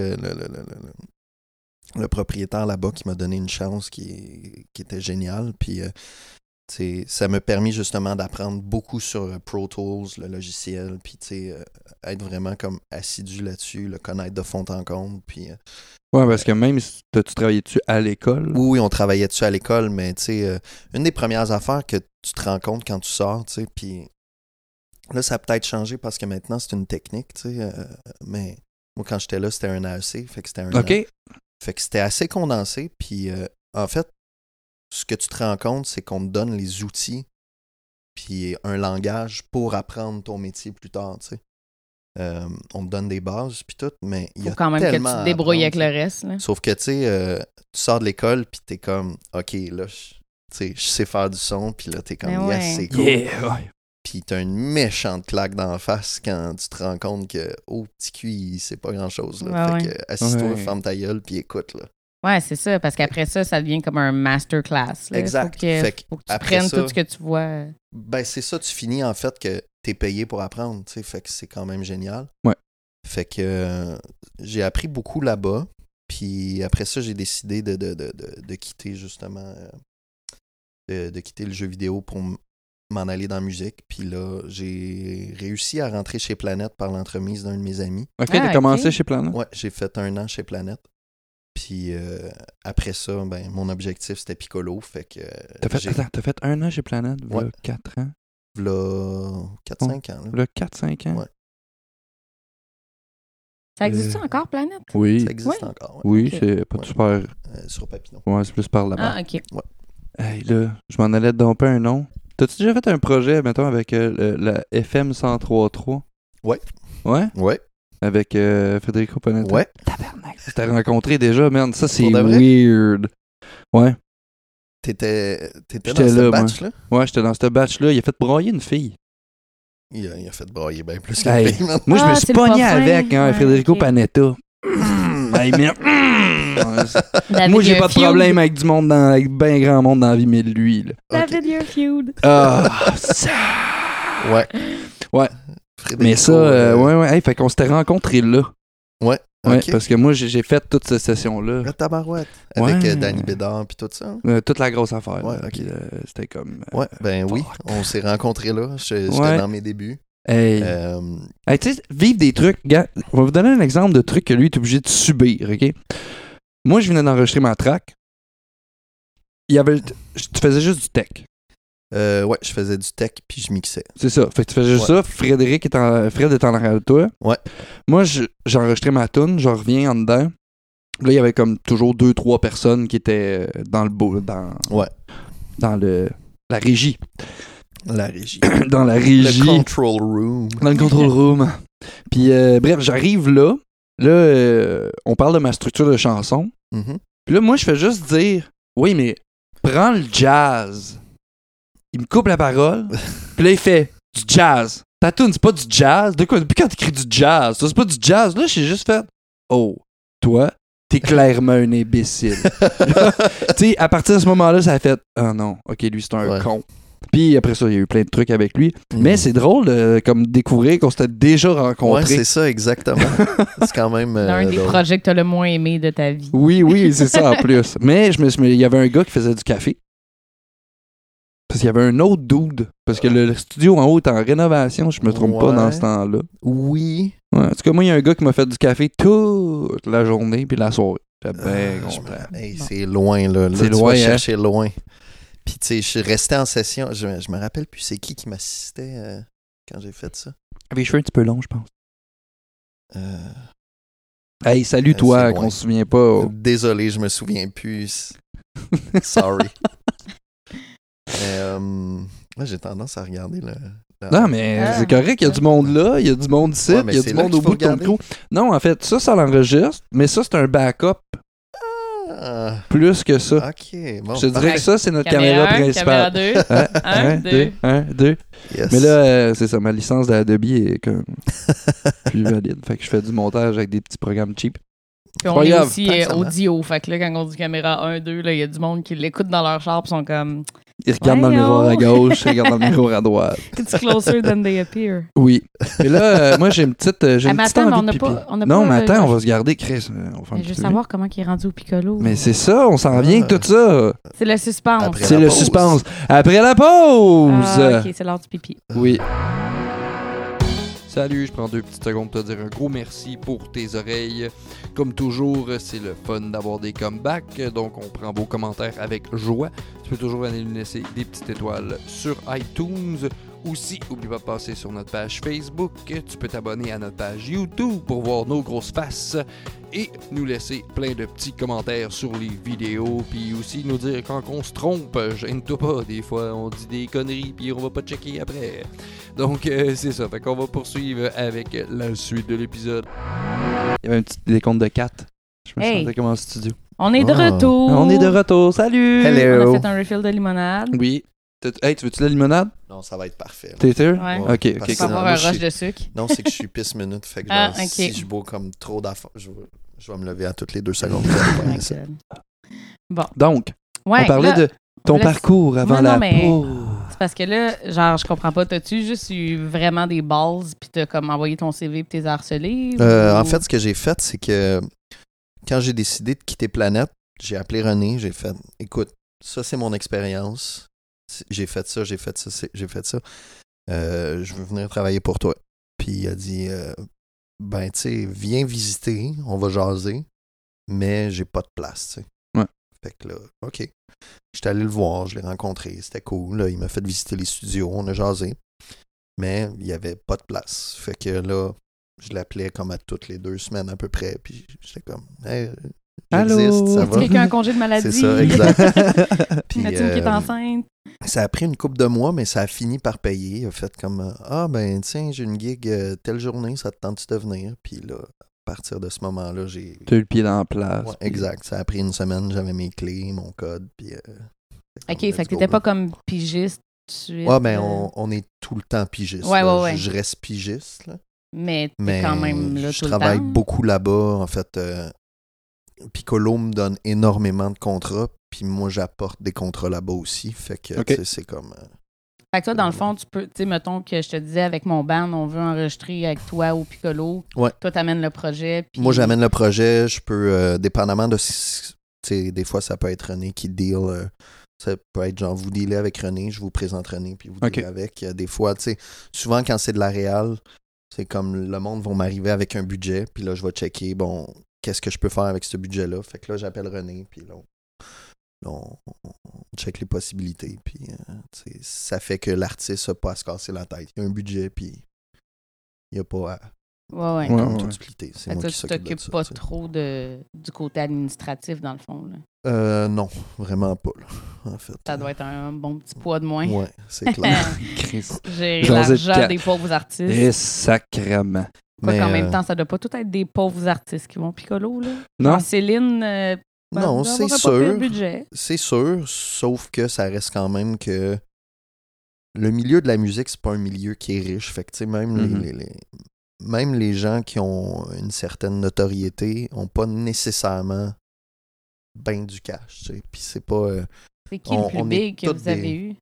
le propriétaire là-bas qui m'a donné une chance qui était géniale, puis ça m'a permis justement d'apprendre beaucoup sur Pro Tools, le logiciel, puis être vraiment comme assidu là-dessus, le connaître de fond en comble, puis... Ouais, parce que même si tu travaillais dessus à l'école... Oui, on travaillait dessus à l'école, mais tu sais, une des premières affaires que tu te rends compte quand tu sors, tu sais, puis là, ça a peut-être changé parce que maintenant, c'est une technique, tu sais, mais moi, quand j'étais là, c'était un AEC, fait que c'était un OK. an. Fait que c'était assez condensé, puis en fait, ce que tu te rends compte, c'est qu'on te donne les outils puis un langage pour apprendre ton métier plus tard, tu sais. On te donne des bases puis tout, mais il y a quand même tellement que tu te débrouilles avec le reste. Là. Sauf que, tu sais, tu sors de l'école puis t'es comme, OK, là, je sais faire du son, puis là, t'es comme, yes, c'est cool. Yeah. Puis t'as une méchante claque dans la face quand tu te rends compte que, oh, petit cul, c'est pas grand-chose, là. Fait que assis-toi, ferme ta gueule puis écoute, là. Ouais, c'est ça, parce qu'après ça devient comme un masterclass. Là. Exact. Faut que tu prennes tout ce que tu vois. Ben, c'est ça, tu finis en fait que t'es payé pour apprendre, tu sais, fait que c'est quand même génial. Ouais. Fait que j'ai appris beaucoup là-bas, puis après ça, j'ai décidé de quitter justement, de quitter le jeu vidéo pour m'en aller dans la musique, puis là, j'ai réussi à rentrer chez Planète par l'entremise d'un de mes amis. OK, t'as commencé chez Planète? Ouais, j'ai fait 1 an chez Planète. Puis après ça, ben mon objectif, c'était Piccolo. Fait que. T'as fait 1 an chez Planète, v'là 4 ans? V'là 4-5 ans. V'là 4-5 ans? Ouais. Ça existe encore, Planète? Oui. Ça existe encore, ouais. Oui, okay. C'est pas super. Sur Papineau. Ouais, c'est plus par là-bas. Ah, OK. Ouais. Hey, là, je m'en allais te domper un nom. T'as-tu déjà fait un projet, mettons, avec la FM 103.3? Ouais. Ouais? Ouais. Avec Federico Panetta? Ouais. Tabarnak. Tu t'es rencontré déjà, man. Ça, c'est weird. Ouais. T'étais dans ce batch-là? Ouais, j'étais dans ce batch-là. Il a fait broyer une fille. Il a fait broyer bien plus qu'une fille, man. Moi, je me suis pogné avec Federico Panetta. Hey, mais... David, Moi, j'ai il y a pas un de feud. problème avec du monde, avec bien grand monde dans la vie, mais lui, là. David, il y a un feud. Ah, ça... Ouais. Ouais. Frédérico, Mais ça, ouais. Hey, fait qu'on s'était rencontrés là. Ouais. Ouais, Ok. parce que moi, j'ai fait toute cette session-là. Le tabarouette. Avec Ouais. Danny Bédard puis tout ça. Hein? Toute la grosse affaire. Ouais, là. ok. Puis, c'était comme... Ouais, ben oui. fuck. On s'est rencontrés là. J'étais Ouais. dans mes débuts. Hey. Hey, tu sais, vivre des trucs... Gars, on va vous donner un exemple de trucs que lui est obligé de subir, OK? Moi, je venais d'enregistrer ma track. Tu faisais juste du tech. Ouais, je faisais du tech puis je mixais. C'est ça. Fait que tu faisais juste ça. Fred est en arrière de toi. Ouais. Moi, j'ai enregistré ma tune. Je reviens en dedans. Là, il y avait comme toujours 2-3 personnes qui étaient dans le beau... Dans la régie. La régie. Dans la régie. Le control room. Dans le control room. Puis, bref, j'arrive là. Là, on parle de ma structure de chanson. Mhm. Puis là, moi, je fais juste dire, oui, mais prends le jazz. Il me coupe la parole. Puis là, il fait du jazz. Ta tune, c'est pas du jazz. De quoi? Depuis quand t'écris du jazz? Ça, c'est pas du jazz. Là, j'ai juste fait, oh, toi, t'es clairement un imbécile. Tu sais, à partir de ce moment-là, ça a fait, ah non, ok, lui, c'est un con. Puis après ça, il y a eu plein de trucs avec lui. Mais c'est drôle de comme découvrir qu'on s'était déjà rencontrés. Ouais, c'est ça, exactement. C'est quand même. Un des drôle. projets que t'as le moins aimé de ta vie. Oui, c'est ça en plus. Mais il y avait un gars qui faisait du café. Parce qu'il y avait un autre dude. Parce que le studio en haut est en rénovation, je me trompe pas dans ce temps-là. Oui. Ouais, en tout cas, moi, il y a un gars qui m'a fait du café toute la journée puis la soirée. J'étais bien content. Hey, c'est loin, là. Là, C'est tu loin, vas hein? chercher loin. Puis, tu sais, je suis resté en session. Je me rappelle plus c'est qui m'assistait quand j'ai fait ça. Avec les cheveux un petit peu longs, je pense. Euh, Hey, salut c'est toi, loin. qu'on se souvient pas. Désolé, je me souviens plus. Sorry. Là, j'ai tendance à regarder le. Non, mais Ah. c'est correct, il y a du monde là, il y a du monde ici, Ouais, mais il y a c'est du là monde qu'il au faut bout de ton regarder. micro. Non, en fait, ça l'enregistre, mais ça, c'est un backup Ah, plus que ça. ok. Bon, Je te dirais parfait. que ça, c'est notre caméra principale. Caméra 2. Un, deux. 2. Yes. Mais là, c'est ça, ma licence d'Adobe est comme plus valide. Fait que je fais du montage avec des petits programmes cheap. Puis on Pas est grave. aussi Tant que ça marche. audio. Fait que là, quand on dit caméra 1, 2, il y a du monde qui l'écoute dans leur char et sont comme Ils regardent dans le Voyons. miroir à gauche, ils regardent dans le miroir à droite. It's closer than they appear. Oui. Et là, moi, j'ai une petite, Ah, mais attends, mais envie on de n'a pipi. pas- on n'a Non, pas, mais attends, euh, on va se garder, Chris. On va faire un Je petit veux pipi. savoir comment il est rendu au piccolo. Mais c'est ça, on s'en vient avec tout ça. C'est le suspense. Après C'est la le pause. suspense. Après la pause! Ah, ok, c'est l'heure du pipi. Oui. Salut, je prends 2 petites secondes pour te dire un gros merci pour tes oreilles. Comme toujours, c'est le fun d'avoir des comebacks, donc on prend vos commentaires avec joie. Tu peux toujours aller nous laisser des petites étoiles sur iTunes. Aussi, n'oublie pas de passer sur notre page Facebook. Tu peux t'abonner à notre page YouTube pour voir nos grosses faces et nous laisser plein de petits commentaires sur les vidéos. Puis aussi nous dire quand on se trompe. Gêne-toi pas, des fois on dit des conneries puis on va pas checker après. Donc c'est ça, fait qu'on va poursuivre avec la suite de l'épisode. Il y avait un petit décompte de 4. Je me Hey. sentais comme en studio. On est de Ah. retour. On est de retour, salut! Hello. On a fait un refill de limonade. Oui. Hey, tu veux-tu la limonade? Non, ça va être parfait. là. T'es sûr? Ouais. Ouais, Ok, parce ok. que Pour avoir moi, un je rush suis- de sucre. Non, c'est que je suis pisse minute. Fait que Ah, genre, ok. si je bois comme trop d'affaires, je vais me lever à toutes les 2 secondes. Vous allez Oh voir my ça. God. Donc, Ouais, on parlait là, de ton voulait- parcours avant Non, la non, mais- pause. C'est parce que là, genre, je comprends pas. T'as-tu juste eu vraiment des balls puis t'as comme envoyé ton CV puis t'es harcelé? En fait, ce que j'ai fait, c'est que quand j'ai décidé de quitter Planète, j'ai appelé René, j'ai fait « Écoute, ça, c'est mon expérience. J'ai fait ça, j'ai fait ça, j'ai fait ça. Je veux venir travailler pour toi. » Puis il a dit ben, tu sais, viens visiter, on va jaser, mais j'ai pas de place, tu sais. Ouais. Fait que là, OK. J'étais allé le voir, je l'ai rencontré, c'était cool. Là, il m'a fait visiter les studios, on a jasé. Mais il n'y avait pas de place. Fait que là, je l'appelais comme à toutes les 2 semaines à peu près. Puis j'étais comme, hey, Allô? j'existe, ça Est-ce va? quelqu'un a un congé de maladie? C'est ça, exact. Puis, Ma team qui est enceinte? ça a pris une couple de mois, mais ça a fini par payer. Il a fait comme, ah ben tiens, j'ai une gig telle journée, ça te tente de venir? Puis là, à partir de ce moment-là, j'ai... T'as eu le pied dans la place. Ouais, puis- exact. Ça a pris une semaine, j'avais mes clés, mon code, puis... OK, fait que t'étais pas comme pigiste tout de suite. Ouais, ben on est tout le temps pigiste. Ouais, là. ouais, ouais. Je reste pigiste, là. Mais t'es Mais quand même là je tout le temps. travaille beaucoup là-bas. En fait, Piccolo me donne énormément de contrats, puis moi, j'apporte des contrats là-bas aussi. Fait que, Ok. tu sais, c'est comme... Fait que toi, dans le fond, tu peux, tu sais, mettons que je te disais avec mon band, on veut enregistrer avec toi au Piccolo. Ouais. Toi, t'amènes le projet. Puis... Moi, j'amène le projet, je peux, dépendamment de... Tu sais, des fois, ça peut être René qui deal... ça peut être genre, vous dealez avec René, je vous présente René, puis vous dealez avec. Des fois, tu sais, souvent, quand c'est de la réal, c'est comme le monde va m'arriver avec un budget, puis là, je vais checker, bon, qu'est-ce que je peux faire avec ce budget-là. Fait que là, j'appelle René, puis là, on check les possibilités, puis ça fait que l'artiste n'a pas à se casser la tête. Il y a un budget, puis il n'y a pas à tout splitter. C'est moi toi, qui tu s'occupe de t'occupes ça. pas trop du côté administratif, dans le fond. Là. Non, vraiment pas, là, en fait. Ça doit être un bon petit poids de moins. Ouais, c'est clair. Gérer l'argent des pauvres artistes. Et sacrement. Mais en même temps, ça doit pas tout être des pauvres artistes qui vont Piccolo, là. Non. Genre Céline... non, c'est pas sûr. le budget. C'est sûr, sauf que ça reste quand même que le milieu de la musique, c'est pas un milieu qui est riche. Fait que, tu sais, même les gens qui ont une certaine notoriété ont pas nécessairement ben du cash, tu sais. Puis c'est pas... c'est qui le plus big que vous avez eu?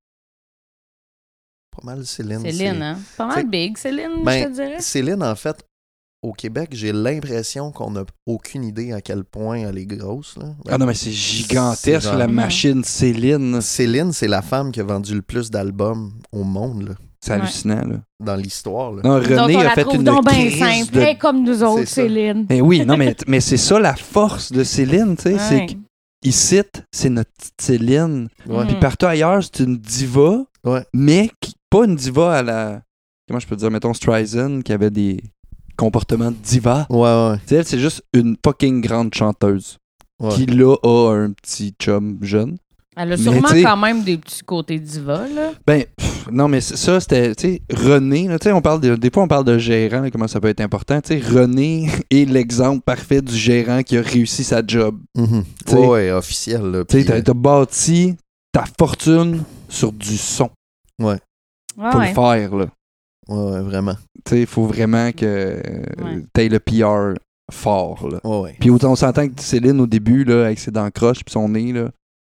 Pas mal Céline. Céline, hein? Pas mal big, Céline, je te dirais. Céline, en fait, au Québec, j'ai l'impression qu'on n'a aucune idée à quel point elle est grosse. Là. Ah non, mais c'est gigantesque, la machine Céline. Céline, c'est la femme qui a vendu le plus d'albums au monde. Là. C'est hallucinant, là. Dans l'histoire. Là. Non, René a fait une crise simple, de... comme nous autres, Céline. Mais oui, non, mais c'est ça la force de Céline, tu sais, c'est qu'ici, c'est notre petite Céline. Puis partout ailleurs, c'est une diva, mais pas une diva à la... Comment je peux dire? Mettons Streisand, qui avait des comportements de diva. Ouais. Tu sais, c'est juste une fucking grande chanteuse qui, là, a un petit chum jeune. Elle a sûrement quand même des petits côtés diva, là. Ben, non, mais ça, c'était, tu sais, René, tu sais, on parle des fois, on parle de gérant, là, comment ça peut être important. Tu sais, René est l'exemple parfait du gérant qui a réussi sa job. Ouais, officiel. Tu sais, t'as bâti ta fortune sur du son. Ouais. Faut le faire, là. Ouais, vraiment. Tu sais, il faut vraiment que t'aies le PR fort, là. Ouais. Puis autant on s'entend que Céline, au début, là, avec ses dents croches puis son nez, là,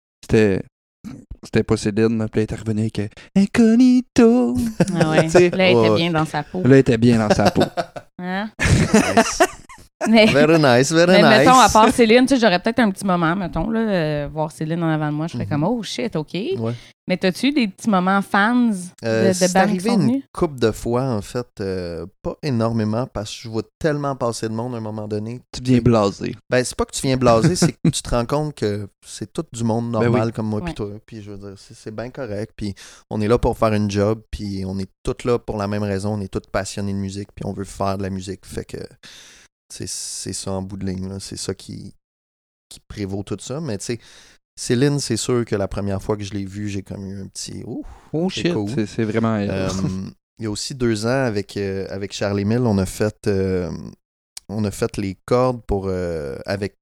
c'était pas Céline, là, puis elle était revenue avec Incognito. Ah ouais. Là, elle était bien dans sa peau. Là, elle était bien dans sa peau. Hein? Mais, very nice, very nice. Mettons, à part Céline, tu sais, j'aurais peut-être un petit moment, mettons, là, voir Céline en avant de moi, je serais comme, oh shit, OK. Ouais. Mais t'as-tu eu des petits moments fans de c'est bandes arrivé qui sont venus? une couple de fois, en fait. Pas énormément, parce que je vois tellement passer de monde à un moment donné. Tu viens blasé. Ben, c'est pas que tu viens blasé, c'est que tu te rends compte que c'est tout du monde normal comme moi Ouais. puis toi. Puis je veux dire, c'est bien correct. Puis on est là pour faire une job, puis on est tous là pour la même raison. On est tous passionnés de musique, puis on veut faire de la musique. Fait que c'est ça en bout de ligne. Là. C'est ça qui prévaut tout ça. Mais tu sais, Céline, c'est sûr que la première fois que je l'ai vue, j'ai comme eu un petit... Oh shit, cool. c'est vraiment elle. Il y a aussi 2 ans, avec Charlie Mill, on a fait les cordes pour avec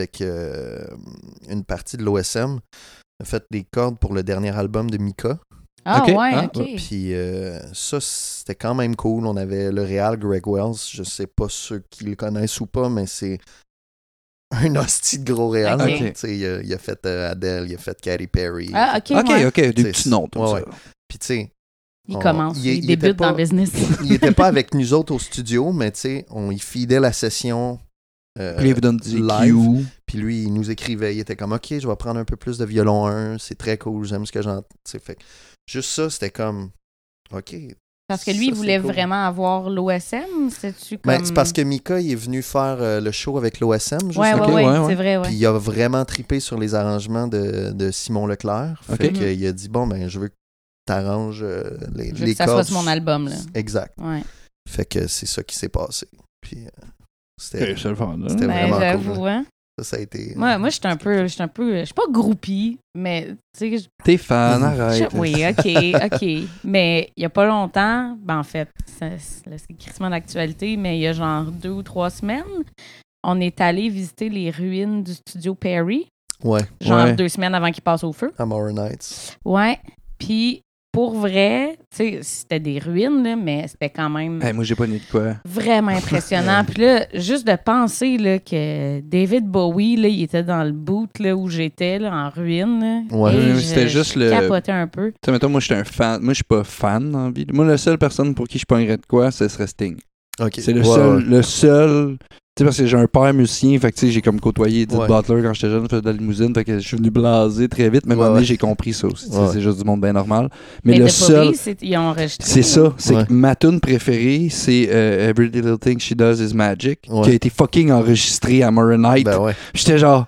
une partie de l'OSM. On a fait les cordes pour le dernier album de Mika. Ah okay. Ouais, OK. Puis ça, c'était quand même cool. On avait le réal Greg Wells. Je sais pas ceux qui le connaissent ou pas, mais c'est un hostie de gros réal. Okay. Il a fait Adele, il a fait Katy Perry. Ah, OK, OK, des petits noms comme ça. Puis tu sais, il commence, il débute dans le business. Il était pas avec nous autres au studio, mais tu sais, on y feedait la session puis il vous donne du live. Puis lui, il nous écrivait, il était comme, OK, je vais prendre un peu plus de violon 1, c'est très cool, j'aime ce que j'entends. Fait juste ça, c'était comme, OK. Parce que lui, il voulait vraiment avoir l'OSM, c'est-tu comme... Ben, c'est parce que Mika, il est venu faire le show avec l'OSM, juste. Ouais, c'est vrai, Puis il a vraiment trippé sur les arrangements de Simon Leclerc. Fait qu'il a dit, bon, ben, je veux que t'arranges les cordes. Que ça soit sur mon album, là. Exact. Ouais. Fait que c'est ça qui s'est passé. Puis c'était le fun, là. C'était vraiment j'avoue, cool. Hein? Ça a été... Moi, je suis un peu... Je suis pas groupie, mais... tu sais, t'es fan, arrête. Oui, OK. Mais il y a pas longtemps, ben en fait, c'est crissement d'actualité, mais il y a genre 2 ou 3 semaines, on est allé visiter les ruines du studio Perry. Ouais. Genre 2 semaines avant qu'il passe au feu. À Morin Nights. Ouais. Puis, pour vrai, tu sais, c'était des ruines, là, mais c'était quand même Hey, moi, j'ai pas né de quoi. vraiment impressionnant. Puis là, juste de penser là, que David Bowie, là, il était dans le boot là, où j'étais, là, en ruine. Là, Ouais. et Oui, c'était juste je le- capotais un peu. Tu sais, mettons, moi, j'étais un fan. Moi, je suis pas fan dans la vie. Moi, la seule personne pour qui je pognerais de quoi, ce serait Sting. Ok. C'est le Ouais, seul. ouais. Le seul. Tu sais, parce que j'ai un père musicien, fait que tu sais, j'ai comme côtoyé Edith Ouais. Butler quand j'étais jeune, je faisais de la limousine, fait que je suis venu blaser très vite, mais à un moment donné, j'ai compris ça aussi. Tu sais, Ouais. c'est juste du monde bien normal. Mais Mais le The seul. Police, ils ont enregistré. C'est ça, c'est Ouais. que ma tune préférée, c'est Every Little Thing She Does Is Magic, Ouais. qui a été fucking enregistrée à Moronite. Ben ouais. J'étais genre,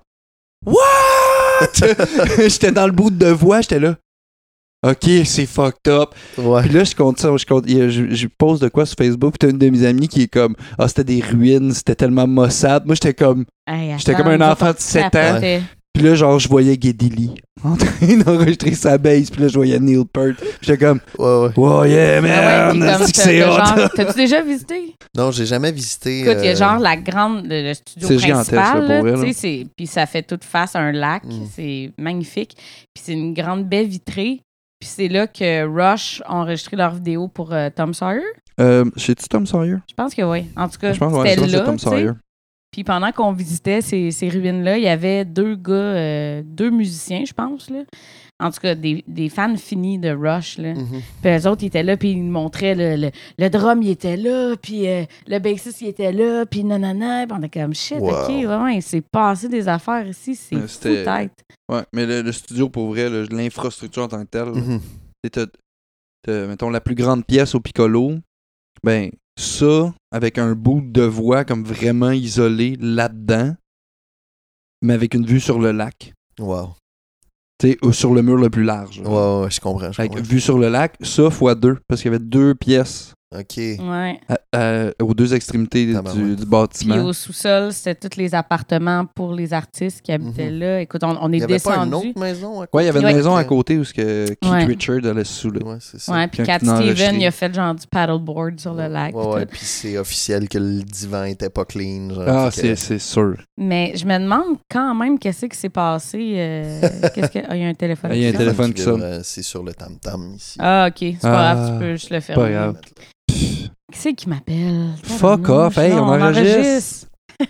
What? J'étais dans le bout de voix, j'étais là. Ok, c'est fucked up. Ouais. Puis là, je compte ça, je pose de quoi sur Facebook, puis t'as une de mes amies qui est comme, ah, c'était des ruines, c'était tellement maussade. Moi, j'étais comme un enfant de 7 ans. Capotais. Puis là, genre, je voyais Geddy Lee en train d'enregistrer sa bass, puis là, je voyais Neil Peart. J'étais comme, Ouais, ouais. oh yeah, Ah ouais, man, puis comme c'est que c'est hot. genre, t'as-tu déjà visité? Non, j'ai jamais visité. Écoute, il y a genre la grande, le studio C'est gigantesque, principal, là, pour là, vrai, tu sais, puis ça fait toute face à un lac, c'est magnifique. Puis c'est une grande baie vitrée. Puis c'est là que Rush ont enregistré leur vidéo pour Tom Sawyer. C'est-tu Tom Sawyer? Je pense que oui. En tout cas, Je pense que ouais, c'était c'est là, Tom tu sais. Sawyer. Puis pendant qu'on visitait ces ruines-là, il y avait deux gars, deux musiciens, je pense, là. En tout cas, des fans finis de Rush, là. Mhm. Puis eux autres, ils étaient là, puis ils nous montraient le drum, il était là, puis le bassiste, il était là, puis nanana. Puis on était comme, shit, Wow. OK, vraiment, il s'est passé des affaires ici, c'est Mais fou c'était- tête. Ouais, mais le studio, pour vrai, l'infrastructure en tant que telle, Mhm. mettons, la plus grande pièce au Piccolo, ben, ça, avec un bout de voix comme vraiment isolé là-dedans, mais avec une vue sur le lac. Wow. Tu sais, ou sur le mur le plus large. là. Ouais, ouais, je comprends. Je Avec comprends. vue sur le lac, ça fois 2, parce qu'il y avait 2 pièces Ok. Ouais. aux 2 extrémités Tabarouette. du Puis bâtiment. au sous-sol, c'était tous les appartements pour les artistes qui habitaient là. Écoute, on Il est y avait pas une descendu. autre maison à côté? Ouais, il y avait une Ouais. maison à côté où Keith Ouais. Richard allait se saouler. Ouais, c'est ça. Ouais, puis Quand Cat il en a Steven, enregistré. il a fait genre du paddleboard sur le lac. Ouais, puis ouais, tout. puis c'est officiel que le divan était pas clean. Genre, Ah, fait que- c'est sûr. Mais je me demande quand même qu'est-ce qui s'est passé. Qu'est-ce que... Ah, il y a un téléphone. Ah, il y a un qui sonne. téléphone qui sonne. C'est sur le tam-tam ici. Ah, OK. C'est pas Ah, grave, tu peux juste le pas fermer. grave. Qui c'est qui m'appelle? Fuck Tabarnouche. off, hey, Non, on enregistre.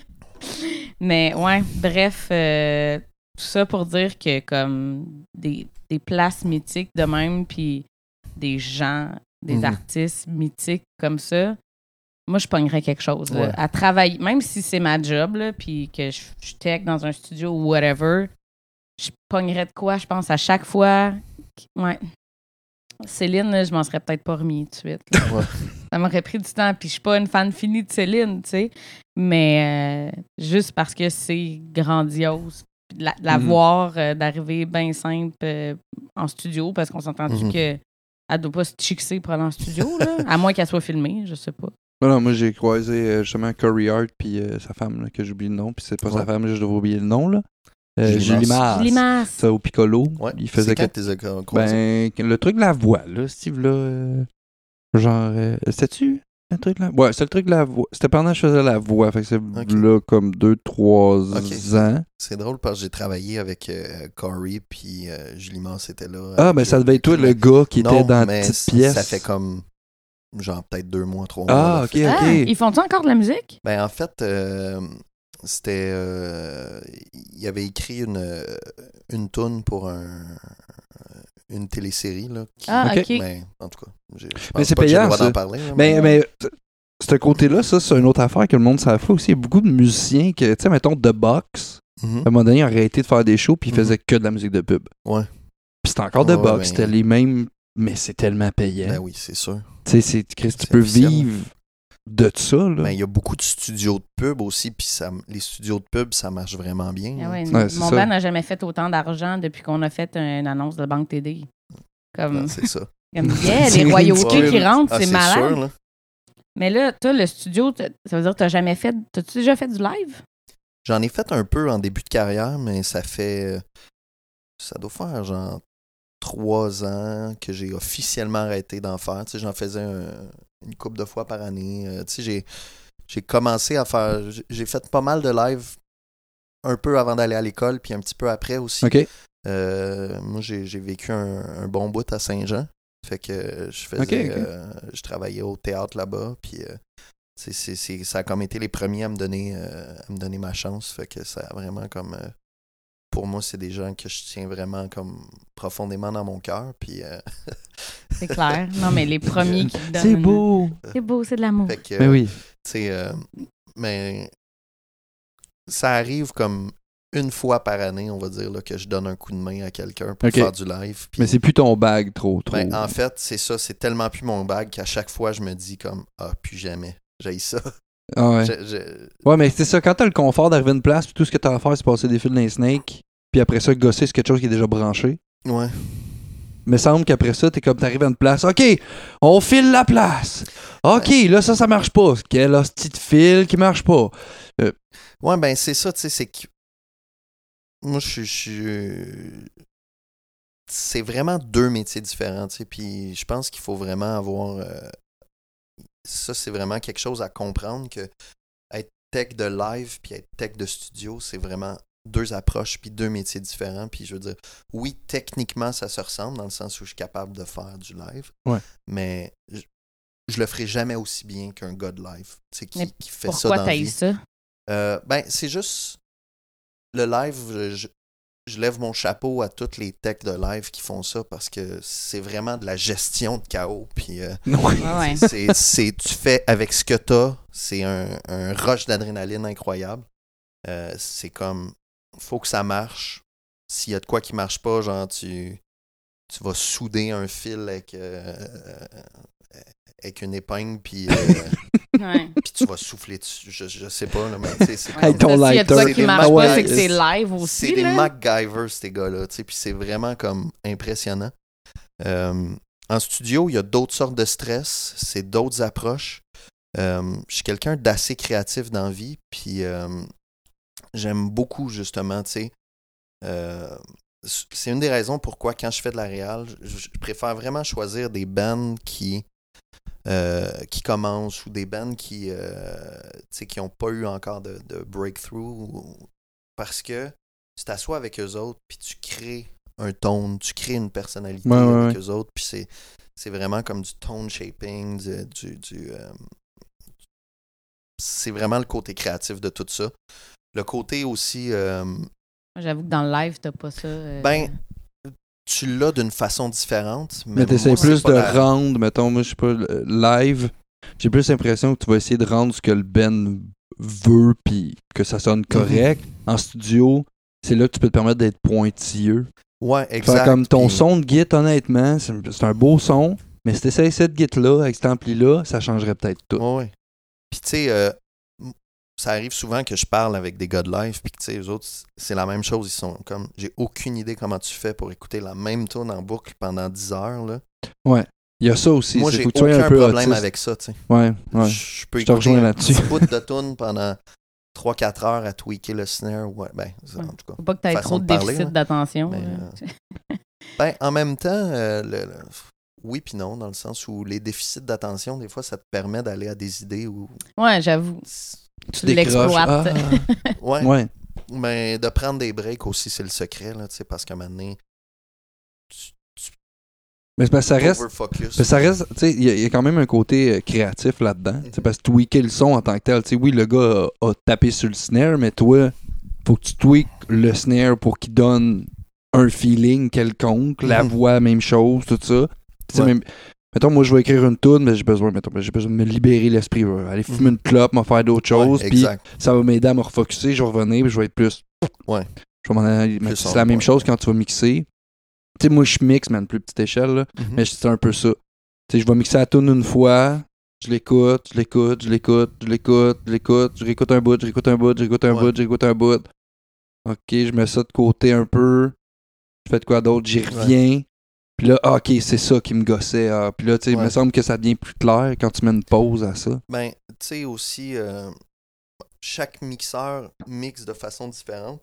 Mais ouais, bref, tout ça pour dire que comme des places mythiques de même, puis des gens, des Mhm. artistes mythiques comme ça, moi, je pognerais quelque chose. Là, Ouais. à travailler, même si c'est ma job, là, puis que je tech dans un studio ou whatever, je pognerais de quoi, je pense, à chaque fois. Ouais. Céline, là, je m'en serais peut-être pas remis tout de suite. Ouais. Ça m'aurait pris du temps. Puis je suis pas une fan finie de Céline, tu sais. Mais juste parce que c'est grandiose. Puis de la Mhm. voir, d'arriver bien simple en studio, parce qu'on s'entend-tu Mhm. qu'elle doit pas se chixer pour aller en studio, là? À moins qu'elle soit filmée, je sais pas. Non, moi j'ai croisé justement Corey Hart puis sa femme, là, que j'oublie le nom, puis c'est pas Ouais. sa femme, je devrais oublier le nom, là. Julie Julie Masse. Masse. Julie Masse. Ça, au Piccolo. Ouais. Il faisait C'est quand que- t'es croisé? Ben, le truc de la voix, là, Steve, là. Genre, c'était-tu un truc de la Ouais, c'est le truc de la voix. C'était pendant que je faisais la voix, fait que c'est Ok. là comme 2-3 Ok. ans. C'est drôle parce que j'ai travaillé avec Corey, puis Julie Masse était là. Ah, avec ben ça eux. devait être toi, le gars qui Non, était dans la mais petite pièce. Ça fait comme, genre, peut-être 2 mois, 3 mois. Ah, là. ok, Ah, ok. ils font-tu encore de la musique? Ben, en fait, c'était... il avait écrit une toune pour une télésérie, là. Ah, Ok. OK. Ben, en tout cas, je Mais pense c'est pas que j'ai le payant, droit ça. d'en parler. là, Mais ce côté-là, ça, c'est une autre affaire que le monde savait pas aussi. Il y a beaucoup de musiciens que, tu sais, mettons, The Box, Mhm. à un moment donné, ils ont arrêté de faire des shows puis ils Mhm. faisaient que de la musique de pub. Ouais. Puis c'était encore The Ouais, Box, ben- c'était les mêmes, mais c'est tellement payant. Ben oui, c'est sûr. Tu sais, Chris, tu C'est peux officiel. vivre de ça, là. Ben, il y a beaucoup de studios de pub aussi, puis les studios de pub, ça marche vraiment bien. Ah là. ouais, Ouais, c'est mon ça. band n'a jamais fait autant d'argent depuis qu'on a fait une annonce de Banque TD. Comme, Ouais, c'est ça. comme yeah, C'est les royautés ridicule. qui rentrent, Ah, c'est malade. sûr, là. Mais là, toi, le studio, ça veut dire que t'as jamais fait. T'as-tu déjà fait du live? J'en ai fait un peu en début de carrière, mais ça doit faire genre 3 ans que j'ai officiellement arrêté d'en faire. Tu sais, j'en faisais une couple de fois par année. Tu sais, j'ai commencé à faire... J'ai fait pas mal de live un peu avant d'aller à l'école, puis un petit peu après aussi. OK. Moi, j'ai vécu un bon bout à Saint-Jean. Fait que je faisais... je travaillais au théâtre là-bas, puis ça a comme été les premiers à me donner ma chance. Fait que ça a vraiment comme... pour moi, c'est des gens que je tiens vraiment comme profondément dans mon cœur, puis... C'est clair. Non, mais les premiers qui te donnent... C'est beau! C'est beau, c'est de l'amour. Fait que, Mais oui. tu sais, mais ça arrive comme une fois par année, on va dire, là, que je donne un coup de main à quelqu'un pour faire du live. Puis, mais c'est plus ton bag trop. Ben, en fait, c'est ça, c'est tellement plus mon bag qu'à chaque fois, je me dis comme « Ah, plus jamais, j'haïs ça. » Ah ouais. Ouais, mais c'est ça, quand t'as le confort d'arriver à une place, puis tout ce que t'as à faire, c'est passer des fils dans les snakes, puis après ça, gosser sur quelque chose qui est déjà branché. Ouais. Mais semble qu'après ça, t'es comme t'arrives à une place. OK, on file la place. OK, là, ça marche pas. Quel hostie de fil qui marche pas? Ouais, ben c'est ça, tu sais, c'est que moi, je suis... C'est vraiment deux métiers différents, tu sais, puis je pense qu'il faut vraiment avoir... Ça, c'est vraiment quelque chose à comprendre, que être tech de live puis être tech de studio, c'est vraiment deux approches puis deux métiers différents. Puis je veux dire, oui, techniquement, ça se ressemble dans le sens où je suis capable de faire du live, mais je le ferai jamais aussi bien qu'un gars de live, tu sais, qui fait ça dans la vie. Pourquoi t'as ça? Ben, c'est juste... Le live, je lève mon chapeau à toutes les techs de live qui font ça parce que c'est vraiment de la gestion de chaos. Puis tu fais avec ce que t'as, c'est un rush d'adrénaline incroyable. C'est comme, faut que ça marche. S'il y a de quoi qui marche pas, genre tu vas souder un fil avec une épingle, puis puis tu vas souffler dessus. Je sais pas, là, mais tu sais, c'est comme... Avec ton S'il y a de quoi lighter. qui marche pas, c'est que c'est live aussi. C'est des là. MacGyver, ces gars-là, tu sais, puis c'est vraiment comme impressionnant. En studio, il y a d'autres sortes de stress, c'est d'autres approches. Je suis quelqu'un d'assez créatif dans la vie, puis j'aime beaucoup, justement, tu sais, c'est une des raisons pourquoi, quand je fais de la réal, je préfère vraiment choisir des bands qui commencent ou des bands qui n'ont pas eu encore de breakthrough, parce que tu t'assois avec eux autres puis tu crées un tone, tu crées une personnalité avec eux autres, puis c'est vraiment comme du tone shaping, c'est vraiment le côté créatif de tout ça. Le côté aussi... J'avoue que dans le live, t'as pas ça. Ben, tu l'as d'une façon différente. Mais t'essaies plus de rendre, mettons, moi, je sais pas, live, j'ai plus l'impression que tu vas essayer de rendre ce que le Ben veut, puis que ça sonne correct. En studio, c'est là que tu peux te permettre d'être pointilleux. Ouais, exact. Faire comme ton son de git, honnêtement, c'est un beau son, mais si t'essayes cette git-là, avec cet ampli-là, ça changerait peut-être tout. Ouais. Puis tu sais, ça arrive souvent que je parle avec des gars de live, puis que tu sais, eux autres, c'est la même chose. Ils sont comme, j'ai aucune idée comment tu fais pour écouter la même tune en boucle pendant 10 heures, là. Ouais. Il y a ça aussi. Moi, j'ai faut que aucun tu sois un peu problème autiste avec ça, tu sais. Ouais. Je peux te écouter rejoins un là-dessus. petit bout de tune pendant 3-4 heures à tweaker le snare. Ouais, ben, en tout cas. Faut pas que t'aies trop de déficit d'attention. Ben, en même temps, oui puis non, dans le sens où les déficits d'attention, des fois, ça te permet d'aller à des idées où... Ouais, j'avoue. Tu l'exploites. Ouais. Mais de prendre des breaks aussi, c'est le secret, là, tu sais, parce qu'à un moment donné, mais ça reste, tu sais, il y a quand même un côté créatif là-dedans. C'est parce que tweaker le son en tant que tel, tu sais, oui, le gars a tapé sur le snare, mais toi, faut que tu tweaks le snare pour qu'il donne un feeling quelconque, la voix, même chose, tout ça. Tu sais, même, mettons, moi, je vais écrire une tune, mais j'ai besoin de me libérer l'esprit. Aller fumer une clope, m'en faire d'autres choses, puis ça va m'aider à me refocusser, je vais revenir, puis je vais être plus... Ouais. Je vais m'en aller, c'est la même chose quand tu vas mixer. Tu sais, moi, je mixe, mais à une plus petite échelle, là, mais c'est un peu ça. Tu sais, je vais mixer la tune une fois, je l'écoute, je réécoute un bout, je réécoute un bout. OK, je mets ça de côté un peu, je fais de quoi d'autre, j'y reviens. Puis là, OK, c'est ça qui me gossait. Puis là, tu sais, il me semble que ça devient plus clair quand tu mets une pause à ça. Ben, tu sais aussi, chaque mixeur mixe de façon différente.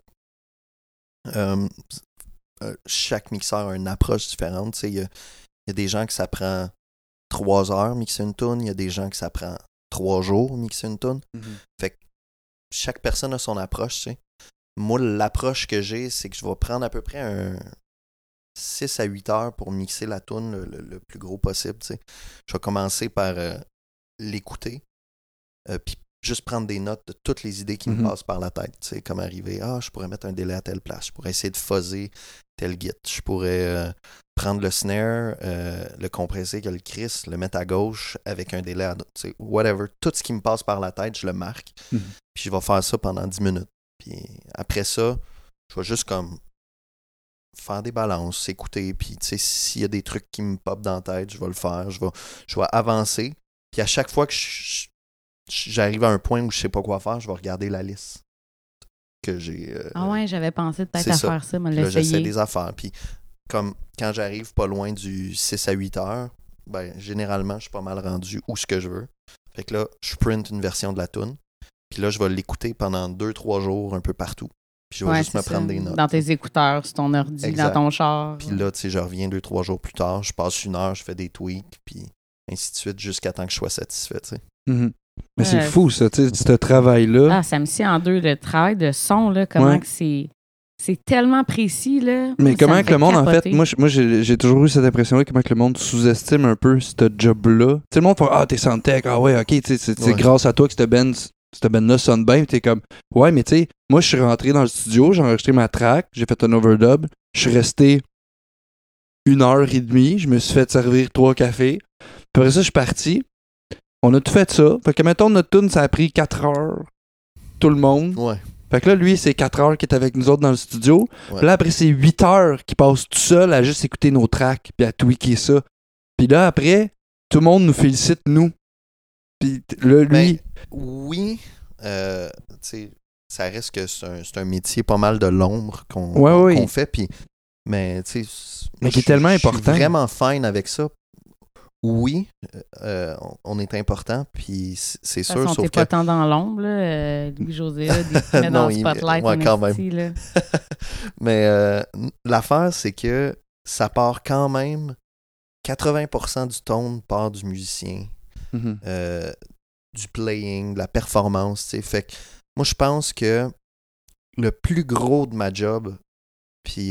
Chaque mixeur a une approche différente. Tu sais, il y a des gens que ça prend 3 heures mixer une tune, il y a des gens que ça prend 3 jours mixer une tune. Fait que chaque personne a son approche, tu sais. Moi, l'approche que j'ai, c'est que je vais prendre à peu près 6 à 8 heures pour mixer la tune le plus gros possible. Tu sais. Je vais commencer par l'écouter, puis juste prendre des notes de toutes les idées qui me passent par la tête. Tu sais, comme arriver, je pourrais mettre un délai à telle place, je pourrais essayer de fuzzer tel git, je pourrais prendre le snare, le compresser que le Chris, le mettre à gauche avec un délai à droite. Tu sais, whatever. Tout ce qui me passe par la tête, je le marque, puis je vais faire ça pendant 10 minutes. Puis après ça, je vais juste comme faire des balances, écouter, puis tu sais, s'il y a des trucs qui me popent dans la tête, je vais le faire, je vais avancer, puis à chaque fois que j'arrive à un point où je sais pas quoi faire, je vais regarder la liste que j'ai. J'avais pensé peut-être à faire ça, mais là, j'essaie des affaires, puis comme quand j'arrive pas loin du 6 à 8 heures, ben généralement, je suis pas mal rendu où ce que je veux. Fait que là, je print une version de la tune, puis là, je vais l'écouter pendant 2-3 jours un peu partout. Puis je vais juste me prendre des notes. Dans tes écouteurs, sur ton ordi, exact. Dans ton char. Puis là, tu sais, je reviens 2-3 jours plus tard, je passe 1 heure, je fais des tweaks, puis ainsi de suite, jusqu'à temps que je sois satisfait, tu sais. Mais c'est fou, ça, tu sais, ce travail-là. Ça me scie en deux, le travail de son, là, comment que c'est tellement précis, là. Mais comment que le monde, capoter. en fait, moi j'ai toujours eu cette impression-là, comment que le monde sous-estime un peu ce job-là. Tu sais, le monde fait, t'es soundtech, ouais, ok, tu sais, c'est grâce à toi que cette band-là sonne bien, t'es comme, ouais, mais tu sais, moi, je suis rentré dans le studio, j'ai enregistré ma track, j'ai fait un overdub, je suis resté 1h30, je me suis fait servir 3 cafés, puis après ça, je suis parti, on a tout fait ça, fait que, mettons, notre tune, ça a pris 4 heures, tout le monde. Ouais. Fait que là, lui, c'est 4 heures qu'il est avec nous autres dans le studio. Ouais. Puis là, après, c'est 8 heures qu'il passe tout seul à juste écouter nos tracks puis à tweaker ça. Puis là, après, tout le monde nous félicite, nous. Puis là, lui... Ben, oui, tu sais, ça reste que c'est un métier pas mal de l'ombre qu'on fait. Puis, mais tu sais... Mais qui est tellement important. Je suis vraiment fine avec ça. Oui, on est important, puis c'est sûr, sauf sauf t'es que... pas tant dans l'ombre, là, Louis-José, là, il te met dans le spotlight. Quand même. Ici, là. Mais l'affaire, c'est que ça part quand même... 80% du tone part du musicien, du playing, de la performance, tu sais. Fait que moi, je pense que le plus gros de ma job, puis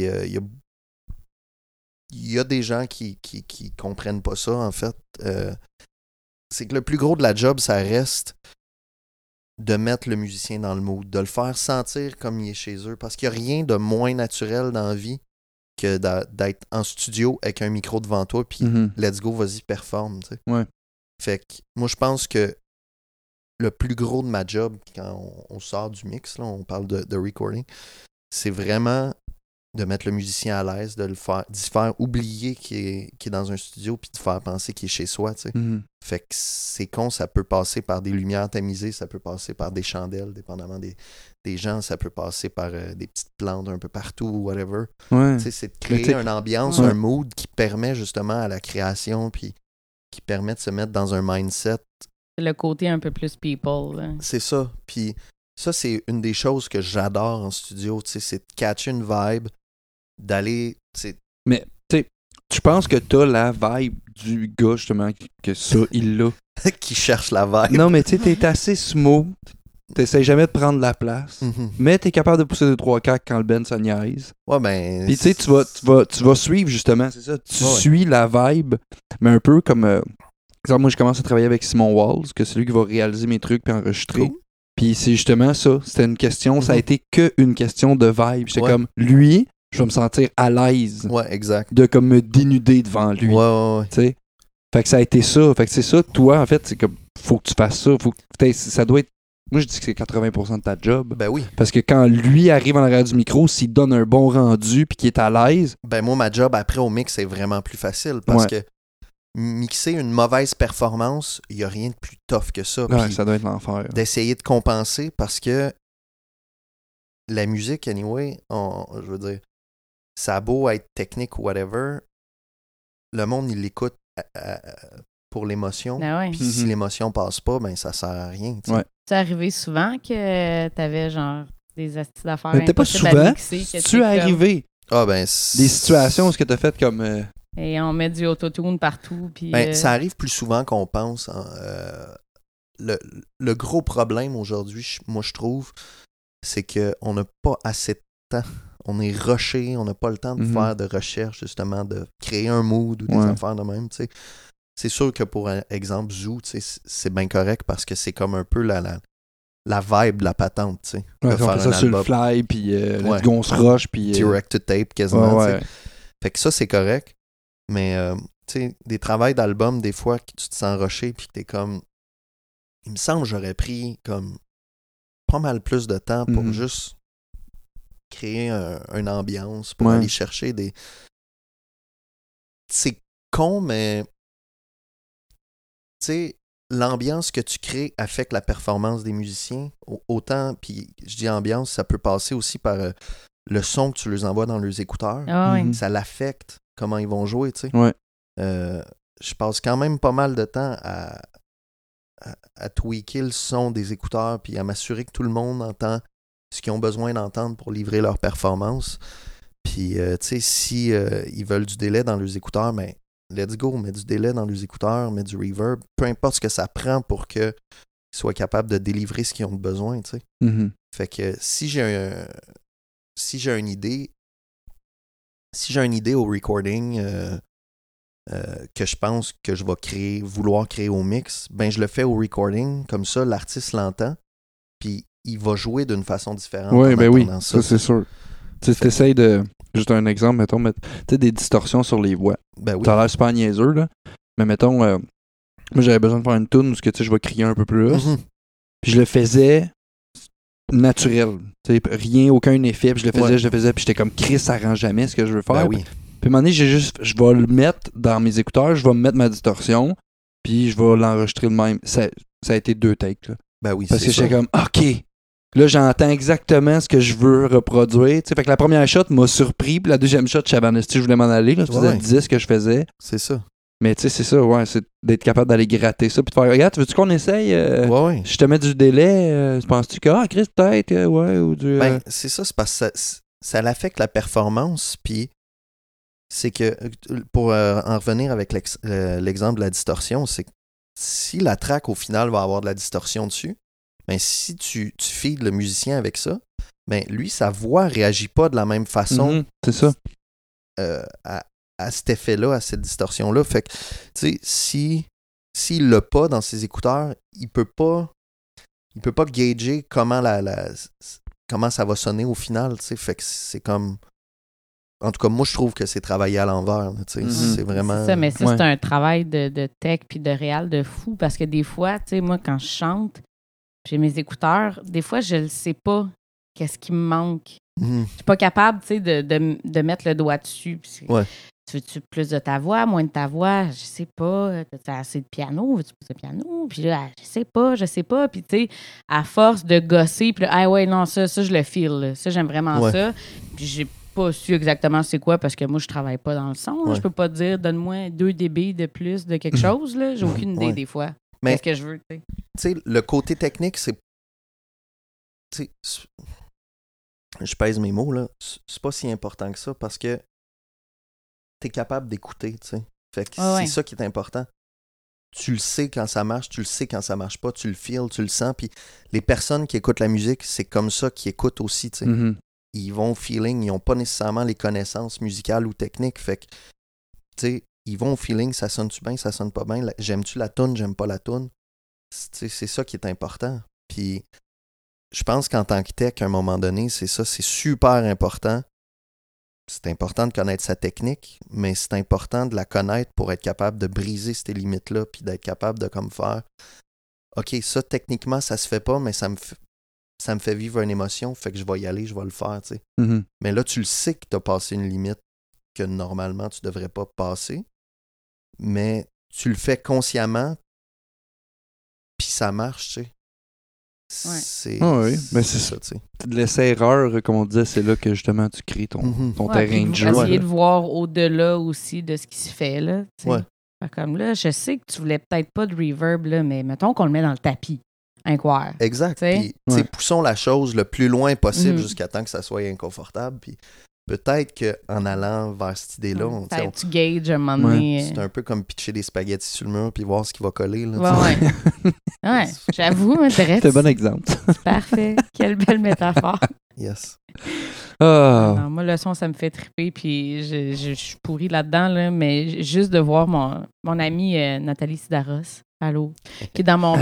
il y a des gens qui comprennent pas ça, en fait. C'est que le plus gros de la job, ça reste de mettre le musicien dans le mood, de le faire sentir comme il est chez eux. Parce qu'il n'y a rien de moins naturel dans la vie que d'être en studio avec un micro devant toi, puis let's go, vas-y, performe. Tu sais. Ouais. Fait que moi, je pense que le plus gros de ma job, quand on sort du mix, là, on parle de recording, c'est vraiment de mettre le musicien à l'aise, d'y faire oublier qu'il est dans un studio, puis de faire penser qu'il est chez soi, tu sais. Fait que c'est con, ça peut passer par des lumières tamisées, ça peut passer par des chandelles, dépendamment des gens, ça peut passer par des petites plantes un peu partout, whatever. Ouais. Tu sais, c'est de créer une ambiance, un mood qui permet justement à la création, puis qui permet de se mettre dans un mindset. Le côté un peu plus people. Là. C'est ça. Puis ça, c'est une des choses que j'adore en studio, tu sais, c'est de catcher une vibe, d'aller, tu sais... Mais, tu sais, tu penses que t'as la vibe du gars, justement, que ça, il l'a. qui cherche la vibe. Non, mais tu sais, t'es assez smooth. T'essayes jamais de prendre la place. Mais t'es capable de pousser 2-3 cacs quand le Ben se niaise. Ouais, ben... Puis tu sais, tu vas suivre, justement, c'est ça. Tu suis la vibe, mais un peu comme... exemple, moi, je commence à travailler avec Simon Walls, que c'est lui qui va réaliser mes trucs puis enregistrer. Cool. Puis c'est justement ça. C'était une question, ça a été qu'une question de vibe. J'étais comme, lui... je vais me sentir à l'aise de comme me dénuder devant lui. Ouais. T'sais? Fait que ça a été ça. Fait que c'est ça, toi, en fait, c'est comme, faut que tu fasses ça. Faut que ça doit être, moi, je dis que c'est 80% de ta job. Ben oui. Parce que quand lui arrive en arrière du micro, s'il donne un bon rendu puis qu'il est à l'aise... Ben moi, ma job après au mix, c'est vraiment plus facile parce que mixer une mauvaise performance, il n'y a rien de plus tough que ça. Ouais, ça doit être l'enfer. D'essayer de compenser parce que la musique, anyway, je veux dire, ça a beau être technique ou whatever, le monde, il l'écoute pour l'émotion. Puis si l'émotion passe pas, ben ça sert à rien. Ouais. C'est arrivé souvent que t'avais genre des astuces d'affaires mais pas souvent. C'est-tu arrivé? Ah ben... Des situations où ce que t'as fait comme... Et on met du autotune partout. Puis, ben, ça arrive plus souvent qu'on pense. Le gros problème aujourd'hui, moi je trouve, c'est qu'on n'a pas assez de temps. On est rushé, on n'a pas le temps de faire de recherche, justement, de créer un mood ou des affaires de même, tu sais. C'est sûr que pour exemple, Zoo, tu sais, c'est bien correct parce que c'est comme un peu la vibe de la patente, tu sais. Ouais, de on faire fait un ça sur le album fly, puis let's go, on se rush, puis... direct to tape, quasiment, ouais. tu sais. Fait que ça, c'est correct. Mais, tu sais, des travails d'album, des fois, que tu te sens rushé, puis que t'es comme... Il me semble que j'aurais pris, comme, pas mal plus de temps pour juste créer une ambiance, pour aller chercher des... C'est con, mais... Tu sais, l'ambiance que tu crées affecte la performance des musiciens. Autant, puis je dis ambiance, ça peut passer aussi par le son que tu leur envoies dans leurs écouteurs. Ça l'affecte, comment ils vont jouer, tu sais. Ouais. Je passe quand même pas mal de temps à tweaker le son des écouteurs puis à m'assurer que tout le monde entend ce qu'ils ont besoin d'entendre pour livrer leur performance. Puis, tu sais, si ils veulent du délai dans leurs écouteurs, ben, let's go, mets du délai dans leurs écouteurs, mets du reverb, peu importe ce que ça prend pour qu'ils soient capables de délivrer ce qu'ils ont besoin, tu sais. Fait que si j'ai une idée au recording que je pense que je vais vouloir créer au mix, ben je le fais au recording, comme ça l'artiste l'entend, puis il va jouer d'une façon différente. Oui, ben oui, ça c'est sûr. Tu sais, t'essayes de... Juste un exemple, mettons, tu sais, des distorsions sur les voix. Ben oui. Ça a l'air super niaiseux, là. Mais mettons, moi j'avais besoin de faire une tune où je vais crier un peu plus. Puis je le faisais naturel. Tu sais, rien, aucun effet. Puis je le faisais, puis j'étais comme, Chris, ça rend jamais ce que je veux faire. Ben oui. Puis à un moment donné, je vais le mettre dans mes écouteurs, je vais me mettre ma distorsion, puis je vais l'enregistrer de même. Ça a été 2 takes, là. Ben oui, parce que j'étais comme, OK, là, j'entends exactement ce que je veux reproduire. T'sais, fait que la première shot m'a surpris, puis la deuxième shot, je savais en esti, je voulais m'en aller. Là, je faisais 10 ce que je faisais. C'est ça. Mais tu sais, c'est ça, ouais, c'est d'être capable d'aller gratter ça, puis de faire, regarde, veux-tu qu'on essaye? Je te mets du délai, penses-tu que, Chris, peut-être, ouais, ou du... Ben, c'est ça, c'est parce que ça l'affecte la performance, puis c'est que, pour en revenir avec l'exemple de la distorsion, c'est que si la track, au final, va avoir de la distorsion dessus, ben, si tu feeds le musicien avec ça, ben, lui, sa voix réagit pas de la même façon c'est ça. À cet effet-là, à cette distorsion-là. Fait que, tu sais, s'il l'a pas dans ses écouteurs, il peut pas gager comment comment ça va sonner au final, tu sais. Fait que c'est comme... En tout cas, moi, je trouve que c'est travaillé à l'envers, tu sais. C'est vraiment... C'est ça, mais ça, c'est un travail de tech puis de réal de fou, parce que des fois, tu sais, moi, quand je chante, j'ai mes écouteurs, des fois, je ne sais pas qu'est-ce qui me manque. Je suis pas capable, tu sais, de mettre le doigt dessus. Tu veux-tu plus de ta voix, moins de ta voix? Je sais pas. T'as assez de piano? Veux-tu plus de piano? Puis là, je sais pas. Puis tu sais, à force de gosser, puis là, ouais, non, ça, je le feel. Là. Ça, j'aime vraiment ça. Puis j'ai pas su exactement c'est quoi, parce que moi, je travaille pas dans le son. Je peux pas te dire, donne-moi 2 dB de plus de quelque chose. Là. J'ai aucune idée des fois. Mais qu'est-ce que je veux, tu sais? Tu sais, le côté technique, c'est... Tu sais, je pèse mes mots, là. C'est pas si important que ça, parce que t'es capable d'écouter, tu sais. Fait que c'est ça qui est important. Tu le sais quand ça marche, tu le sais quand ça marche pas, tu le feels, tu le sens, puis les personnes qui écoutent la musique, c'est comme ça qu'ils écoutent aussi, tu sais. Ils vont au feeling, ils ont pas nécessairement les connaissances musicales ou techniques, fait que, tu sais, ils vont au feeling, ça sonne-tu bien, ça sonne pas bien, j'aime-tu la toune, j'aime pas la toune. C'est ça qui est important. Puis, je pense qu'en tant que tech, à un moment donné, c'est ça, c'est super important. C'est important de connaître sa technique, mais c'est important de la connaître pour être capable de briser ces limites-là, puis d'être capable de comme faire OK, ça, techniquement, ça se fait pas, mais ça me fait vivre une émotion, fait que je vais y aller, je vais le faire, tu sais. Mais là, tu le sais que tu as passé une limite que normalement, tu devrais pas passer, mais tu le fais consciemment, puis ça marche, tu sais. C'est mais c'est ça, tu sais. De l'essai-erreur, comme on disait, c'est là que justement tu crées ton terrain de jeu. Essayer de voir au-delà aussi de ce qui se fait, là. Comme là, je sais que tu voulais peut-être pas de reverb, là, mais mettons qu'on le met dans le tapis. Incroyable. Exact. Puis, poussons la chose le plus loin possible jusqu'à temps que ça soit inconfortable. Puis peut-être qu'en allant vers cette idée-là, tu gages un moment donné. C'est un peu comme pitcher des spaghettis sur le mur puis voir ce qui va coller. Là, ouais, j'avoue, m'intéresse. C'est un bon exemple. Parfait. Quelle belle métaphore. Yes. Non, moi, le son, ça me fait triper, puis je suis pourrie là-dedans, là, mais juste de voir mon amie Nathalie Sidaros, allô, qui est dans mon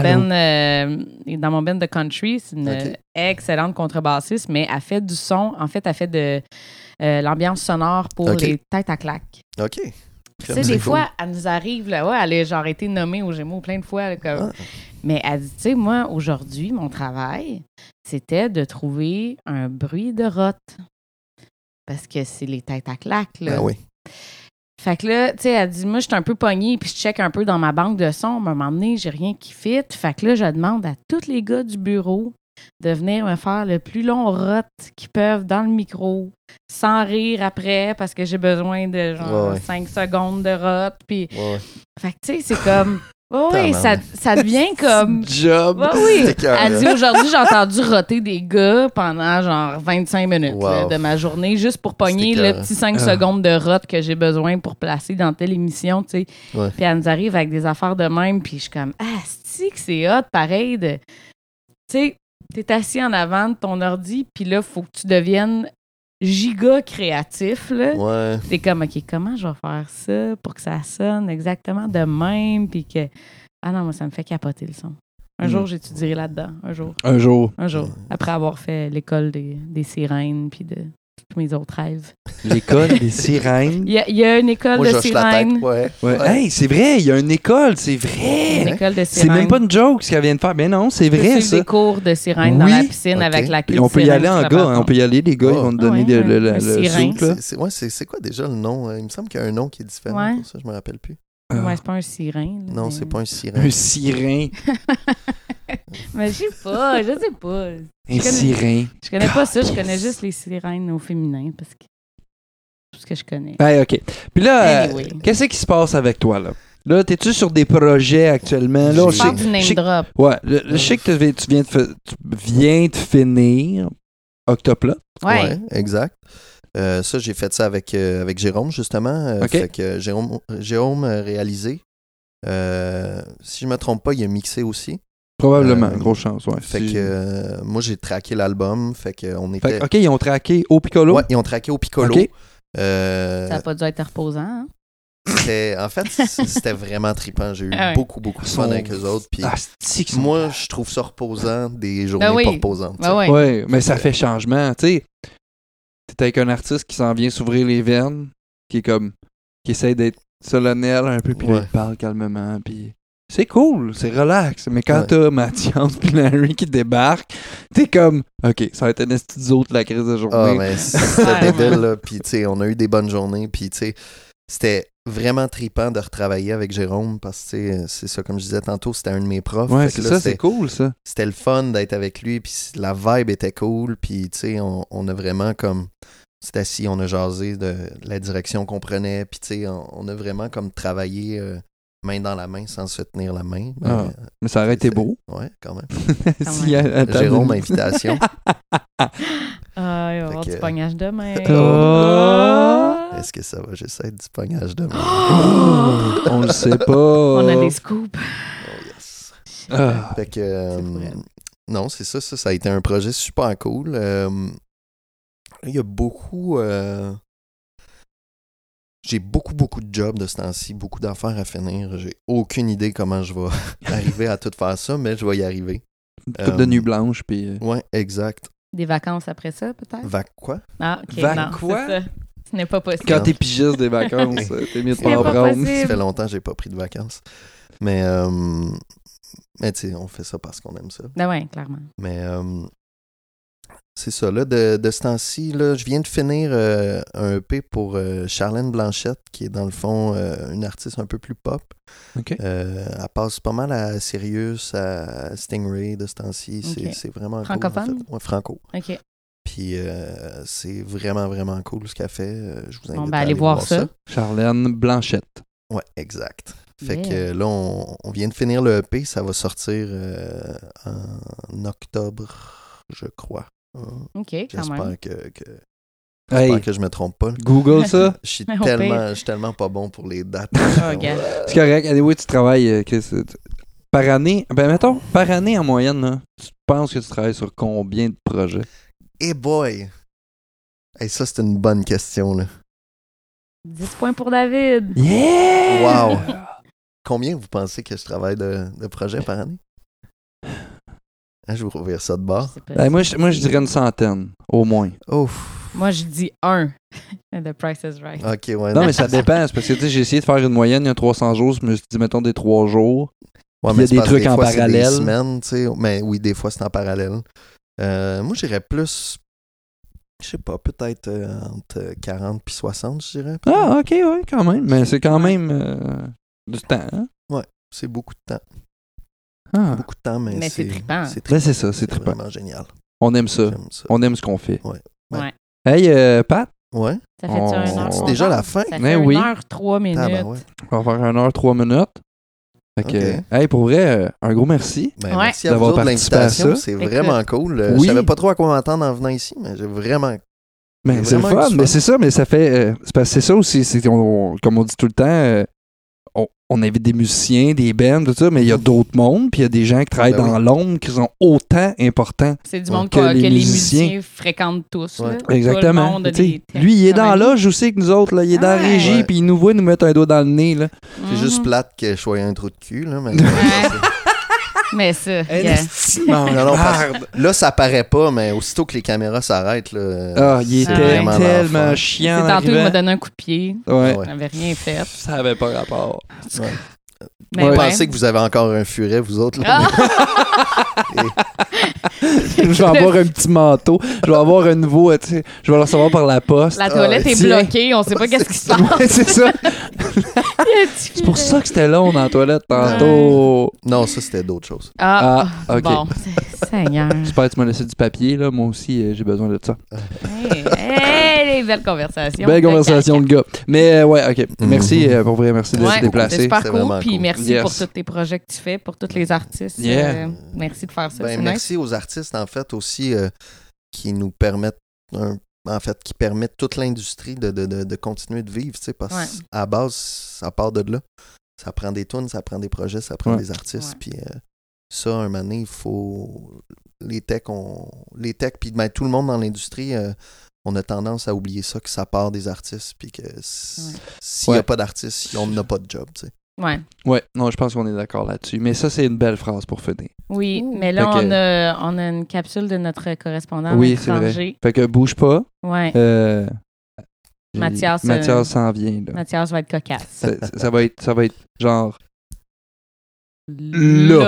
band de country, c'est une excellente contrebassiste, mais elle fait du son, en fait, elle fait de l'ambiance sonore pour les têtes à claques. OK. Tu sais, des fois, elle nous arrive, là, elle a genre été nommée aux Gémeaux plein de fois, là, comme... Mais elle dit, tu sais, moi, aujourd'hui, mon travail, c'était de trouver un bruit de rotte. Parce que c'est les têtes à claques, là. Ah oui. Fait que là, tu sais, elle dit, moi, je suis un peu pognée, puis je check un peu dans ma banque de sons. À un moment donné, j'ai rien qui fit. Fait que là, je demande à tous les gars du bureau de venir me faire le plus long rot qu'ils peuvent dans le micro, sans rire après, parce que j'ai besoin de genre 5 secondes de rot. Puis, fait que, tu sais, c'est comme... Oui, ça devient comme... Job! Oui. Elle dit, aujourd'hui, j'ai entendu roter des gars pendant genre 25 minutes là, de ma journée, juste pour pogner le petit 5 secondes de rot que j'ai besoin pour placer dans telle émission, tu sais. Puis elle nous arrive avec des affaires de même, puis je suis comme, c'est que c'est hot, pareil. Tu sais, t'es assis en avant de ton ordi, puis là, il faut que tu deviennes giga créatif, là. Ouais. T'es comme, OK, comment je vais faire ça pour que ça sonne exactement de même, puis que... Ah non, moi, ça me fait capoter le son. Un jour, j'étudierai là-dedans. Un jour. Après avoir fait l'école des sirènes, puis de tous mes autres rêves. L'école des sirènes? Il y a une école de sirènes. Ouais. Hey, c'est vrai, il y a une école, c'est vrai. Une école de sirènes. C'est même pas une joke ce qu'elle vient de faire. Ben non, c'est vrai, ça. des cours de sirènes dans la piscine avec la queue de on peut y aller sirène en gars, on peut y aller, les gars, ils vont te donner le soupe. C'est quoi déjà le nom? Il me semble qu'il y a un nom qui est différent pour ça, je me rappelle plus. Ouais, c'est pas un siren. Non, c'est pas un siren. Un siren. Mais je sais pas. Un siren. Je connais pas ça, je connais juste les sirènes au féminin parce que tout ce que je connais. Ben, OK. Puis là, qu'est-ce qui se passe avec toi, là? Là, t'es-tu sur des projets actuellement? Là, je parle du name drop. Ouais, je sais que tu viens de finir Octoplot. Ouais, exact. Ça, j'ai fait ça avec Jérôme, justement. Fait que Jérôme a réalisé. Si je me trompe pas, il a mixé aussi. Probablement, grosse chance, ouais. Fait que moi, j'ai tracké l'album. Fait que on était... OK, ils ont tracké au Piccolo? Ouais, ils ont tracké au Piccolo. Okay. Ça n'a pas dû être reposant, hein? En fait, c'était vraiment trippant. J'ai eu beaucoup de fun avec eux autres. Puis moi, je trouve ça reposant des journées pas reposantes. Oui, mais ça fait changement. Tu sais, t'es avec un artiste qui s'en vient s'ouvrir les veines, qui essaie d'être solennel un peu, puis là, il parle calmement, puis c'est cool, c'est relax. Mais quand t'as Mathias puis Larry qui débarquent, t'es comme, OK, ça va être un esti de la crise de journée. Ah, mais c'était débile, là. Puis, tu sais, on a eu des bonnes journées, puis, tu sais, c'était vraiment trippant de retravailler avec Jérôme parce que c'est ça, comme je disais tantôt, c'était un de mes profs. Ouais, c'est ça, c'est cool ça. C'était le fun d'être avec lui, puis la vibe était cool, puis tu sais, on a vraiment comme... C'était assis, on a jasé de la direction qu'on prenait, puis tu sais, on a vraiment comme travaillé main dans la main sans se tenir la main. Mais ça aurait été beau. Ouais, quand même. Jérôme, invitation. Il va y avoir du pognage de main. Est-ce que ça va juste être du pognage de main? On le sait pas. On a des scoops. Oh yes. Fait que... non, c'est ça. Ça a été un projet super cool. Il y a beaucoup... J'ai beaucoup de jobs de ce temps-ci, beaucoup d'affaires à finir. J'ai aucune idée comment je vais arriver à tout faire ça, mais je vais y arriver. Une couple de nuit blanche, puis... Ouais, exact. Des vacances après ça, peut-être? Quoi? Ah, OK, quoi? C'est ça. Ce n'est pas possible. Quand t'es pigiste des vacances, t'es mieux de pas en prendre. Ça fait longtemps que j'ai pas pris de vacances. Mais tu sais, on fait ça parce qu'on aime ça. Ben ouais, clairement. Mais... c'est ça, là, de ce temps-ci, là, je viens de finir un EP pour Charlène Blanchette, qui est dans le fond une artiste un peu plus pop. Okay. Elle passe pas mal à Sirius, à Stingray de ce temps-ci. Okay. C'est vraiment francophone? cool. En fait. Ouais, franco. OK. Puis c'est vraiment cool ce qu'elle fait. Je vous invite à aller voir ça. Charlène Blanchette. Ouais, exact. Fait que là, on vient de finir le EP. Ça va sortir en octobre, je crois. OK, J'espère que je me trompe pas. Google ça. Je suis tellement pas bon pour les dates. C'est correct. Anyway, tu travailles par année. Ben mettons, par année en moyenne, là, tu penses que tu travailles sur combien de projets? Boy! Hey, ça, c'est une bonne question, là. 10 points pour David. Yeah! Wow! Combien vous pensez que je travaille de projets par année? Je vais rouvrir ça de bord. Moi, je dirais une centaine, au moins. Ouf! Moi, je dis 1. The Price is Right. OK, ouais. Non, mais ça dépend. C'est parce que tu sais, j'ai essayé de faire une moyenne il y a 300 jours. Je me suis dit, mettons, des 3 jours. Ouais, il y a des parce que trucs en fois, c'est parallèle. des semaines, tu sais. Mais oui, des fois, c'est en parallèle. Moi, j'irais plus... Je sais pas, peut-être entre 40 puis 60, je dirais. Ah, OK, ouais, quand même. Mais c'est quand même du temps, hein? Ouais, c'est beaucoup de temps. Ah. Beaucoup de temps, mais c'est trippant. Là, c'est ça, c'est trippant. vraiment génial. On aime ça. J'aime ça. On aime ce qu'on fait. Ouais. Hey, Pat, Ouais? Ça fait-tu 1 heure? C'est déjà la fin? Ça fait Mais 1 oui. heure, 3 minutes. Tabarouette. on va faire 1 heure, 3 minutes. Fait que, OK. hey, pour vrai, un gros merci. Ben, Ouais. merci à vous D'avoir autres de participé à l'invitation. ça. C'est Écoute. vraiment cool. Oui. Je savais pas trop à quoi m'attendre en venant ici, mais j'ai vraiment... Mais c'est le vraiment fun, du mais fun. c'est ça, mais ça fait. C'est parce que c'est ça aussi, c'est comme on dit tout le temps, on invite des musiciens, des bands, tout ça, mais il y a d'autres mondes, puis il y a des gens qui travaillent Ben dans l'ombre qui sont autant importants. C'est du monde Que que les les musiciens. musiciens fréquentent tous. Ouais. Là. Tout le Exactement. monde a Tu sais, des lui, il est dans travail. l'âge aussi que nous autres, là. Il est dans la Ouais. régie, Ouais. puis il nous voit nous mettre un doigt dans le nez, là. C'est juste plate que je sois un trou de cul, là. Mais... Mais ça, Non, non, là, ça paraît pas, mais aussitôt que les caméras s'arrêtent, là... Ah, il C'est était vraiment tellement l'enfer. chiant. en tantôt, il m'a arrivant. donné un coup de pied. Ouais. Ouais. Il n'avait rien fait. Ça avait pas rapport. Ouais. Mais Vous ouais. pensez que vous avez encore un furet, vous autres, là? Ah! Je vais avoir un petit manteau. Je vais avoir un nouveau, tu sais, je vais le recevoir par la poste. La toilette est tiens. bloquée, on sait pas qu'est-ce qui se passe. Ouais, c'est ça. C'est C'est pour ça que c'était long dans la toilette tantôt. Non, ça, c'était d'autres choses. Ah, Ah, ok. bon, Seigneur. J'espère que tu m'as laissé du papier, là. Moi aussi, j'ai besoin de ça. Hey, les belles conversations. Belle conversation de gars. Mais ouais, ok. Merci, pour vrai, merci de Ouais, se déplacer. c'est super C'est cool. vraiment Puis cool. merci Yes. pour tous tes projets que tu fais, pour tous les artistes. Yeah. Merci de faire ça. Ben, c'est merci aux artistes, en fait, aussi, qui nous permettent, qui permettent toute l'industrie de continuer de vivre, tu sais, parce Ouais. qu'à la base, ça part de là. Ça prend des tunes, ça prend des projets, ça prend Ouais. des artistes, Ouais. puis ça, un moment donné, il faut... Les techs, puis ben, tout le monde dans l'industrie, on a tendance à oublier ça, que ça part des artistes, puis que s'il n'y a Ouais. pas d'artistes, on n'a pas de job, tu sais. Ouais. Ouais, non, je pense qu'on est d'accord là-dessus. Mais ça, c'est une belle phrase pour finir. Oui, mais là, Fait que- on a une capsule de notre correspondant Oui, c'est vrai. étranger. Fait que bouge pas. Ouais. Mathias, Mathias s'en vient, là. Mathias va être cocasse. Ça va être genre là.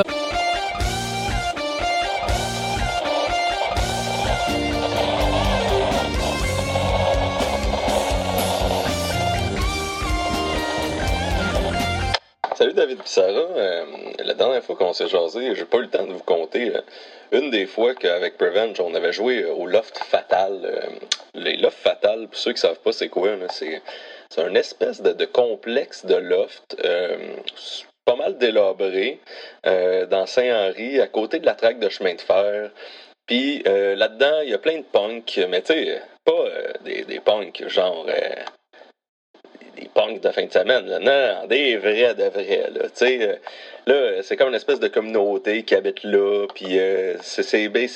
Salut David et Sarah. La dernière fois qu'on s'est jasé, j'ai pas eu le temps de vous compter une des fois qu'avec Prevenge, on avait joué au Loft Fatal. Les Loft Fatal, pour ceux qui savent pas c'est quoi, là, c'est un espèce de complexe de loft pas mal délabré dans Saint-Henri, à côté de la traque de chemin de fer. Puis là-dedans, il y a plein de punks, mais tu sais, pas des punks genre... des punks de fin de semaine, là. Non, des vrais de vrais, là. Tu sais, là, c'est comme une espèce de communauté qui habite là, puis c'est bien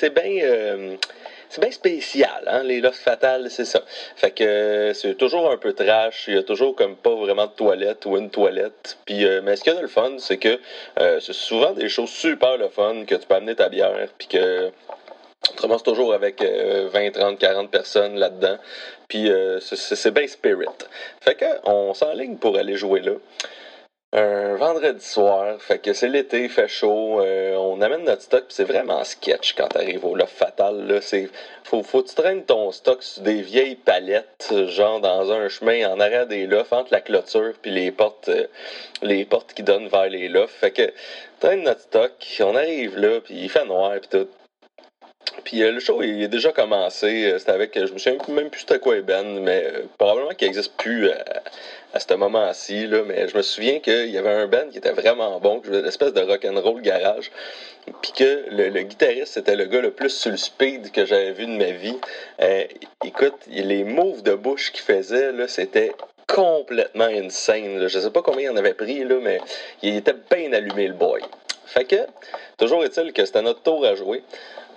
spécial, hein, les Lofts Fatales, c'est ça. Fait que c'est toujours un peu trash, il y a toujours comme pas vraiment de toilette ou une toilette, puis mais ce qu'il y a de le fun, c'est que c'est souvent des choses super le fun, que tu peux amener ta bière, puis que on te ramasse toujours avec 20, 30, 40 personnes là-dedans. Puis c'est bien spirit. Fait que on s'enligne pour aller jouer là. Un vendredi soir, fait que c'est l'été, il fait chaud, on amène notre stock, pis c'est vraiment sketch quand t'arrives au Loft Fatal, là, faut que tu traînes ton stock sur des vieilles palettes, genre dans un chemin en arrière des lofts, entre la clôture puis les portes qui donnent vers les lofts, fait que traîne notre stock, on arrive là, puis il fait noir pis tout. Puis le show il est déjà commencé, c'était avec, je me souviens même plus c'était quoi Ben, mais probablement qu'il n'existe plus à ce moment-ci, là, mais je me souviens qu'il y avait un band qui était vraiment bon, que je faisais une espèce de rock'n'roll garage, puis que le guitariste c'était le gars le plus sur le speed que j'avais vu de ma vie. Écoute, les moves de bouche qu'il faisait, là, c'était complètement insane, là. Je sais pas combien il en avait pris, là, mais il était bien allumé le boy. Fait que, toujours est-il que c'était notre tour à jouer.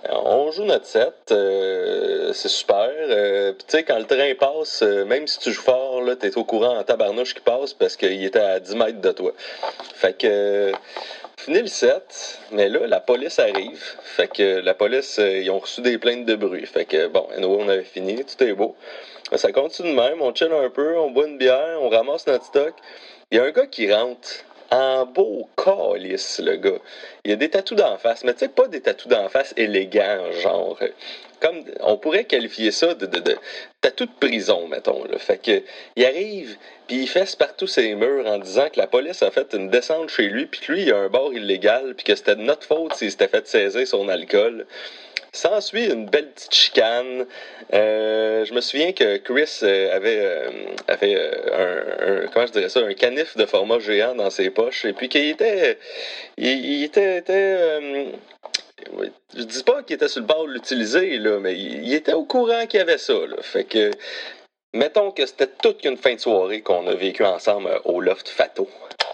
On joue notre set, c'est super. Puis tu sais, quand le train passe, même si tu joues fort, là, t'es au courant en tabarnouche qui passe parce qu'il était à 10 mètres de toi. Fait que fini le set, mais là, la police arrive. Fait que la police, ils ont reçu des plaintes de bruit. Fait que bon, anyway, on avait fini, tout est beau. Ça continue de même, on chill un peu, on boit une bière, on ramasse notre stock. Il y a un gars qui rentre en beau calice, le gars. Il y a des tatous d'en face, mais tu sais, pas des tatous d'en face élégants, genre. Comme on pourrait qualifier ça de tatou de prison, mettons. Là. Fait que il arrive, puis il fesse partout ses murs en disant que la police a fait une descente chez lui, puis que lui, il a un bar illégal, puis que c'était de notre faute s'il s'était fait saisir son alcool. S'ensuit une belle petite chicane. Je me souviens que Chris avait comment je dirais ça, un canif de format géant dans ses poches, et puis qu'il était, je dis pas qu'il était sur le bord de l'utiliser là, mais il était au courant qu'il y avait ça. Là. Fait que, mettons que c'était toute une fin de soirée qu'on a vécu ensemble au Loft Fato.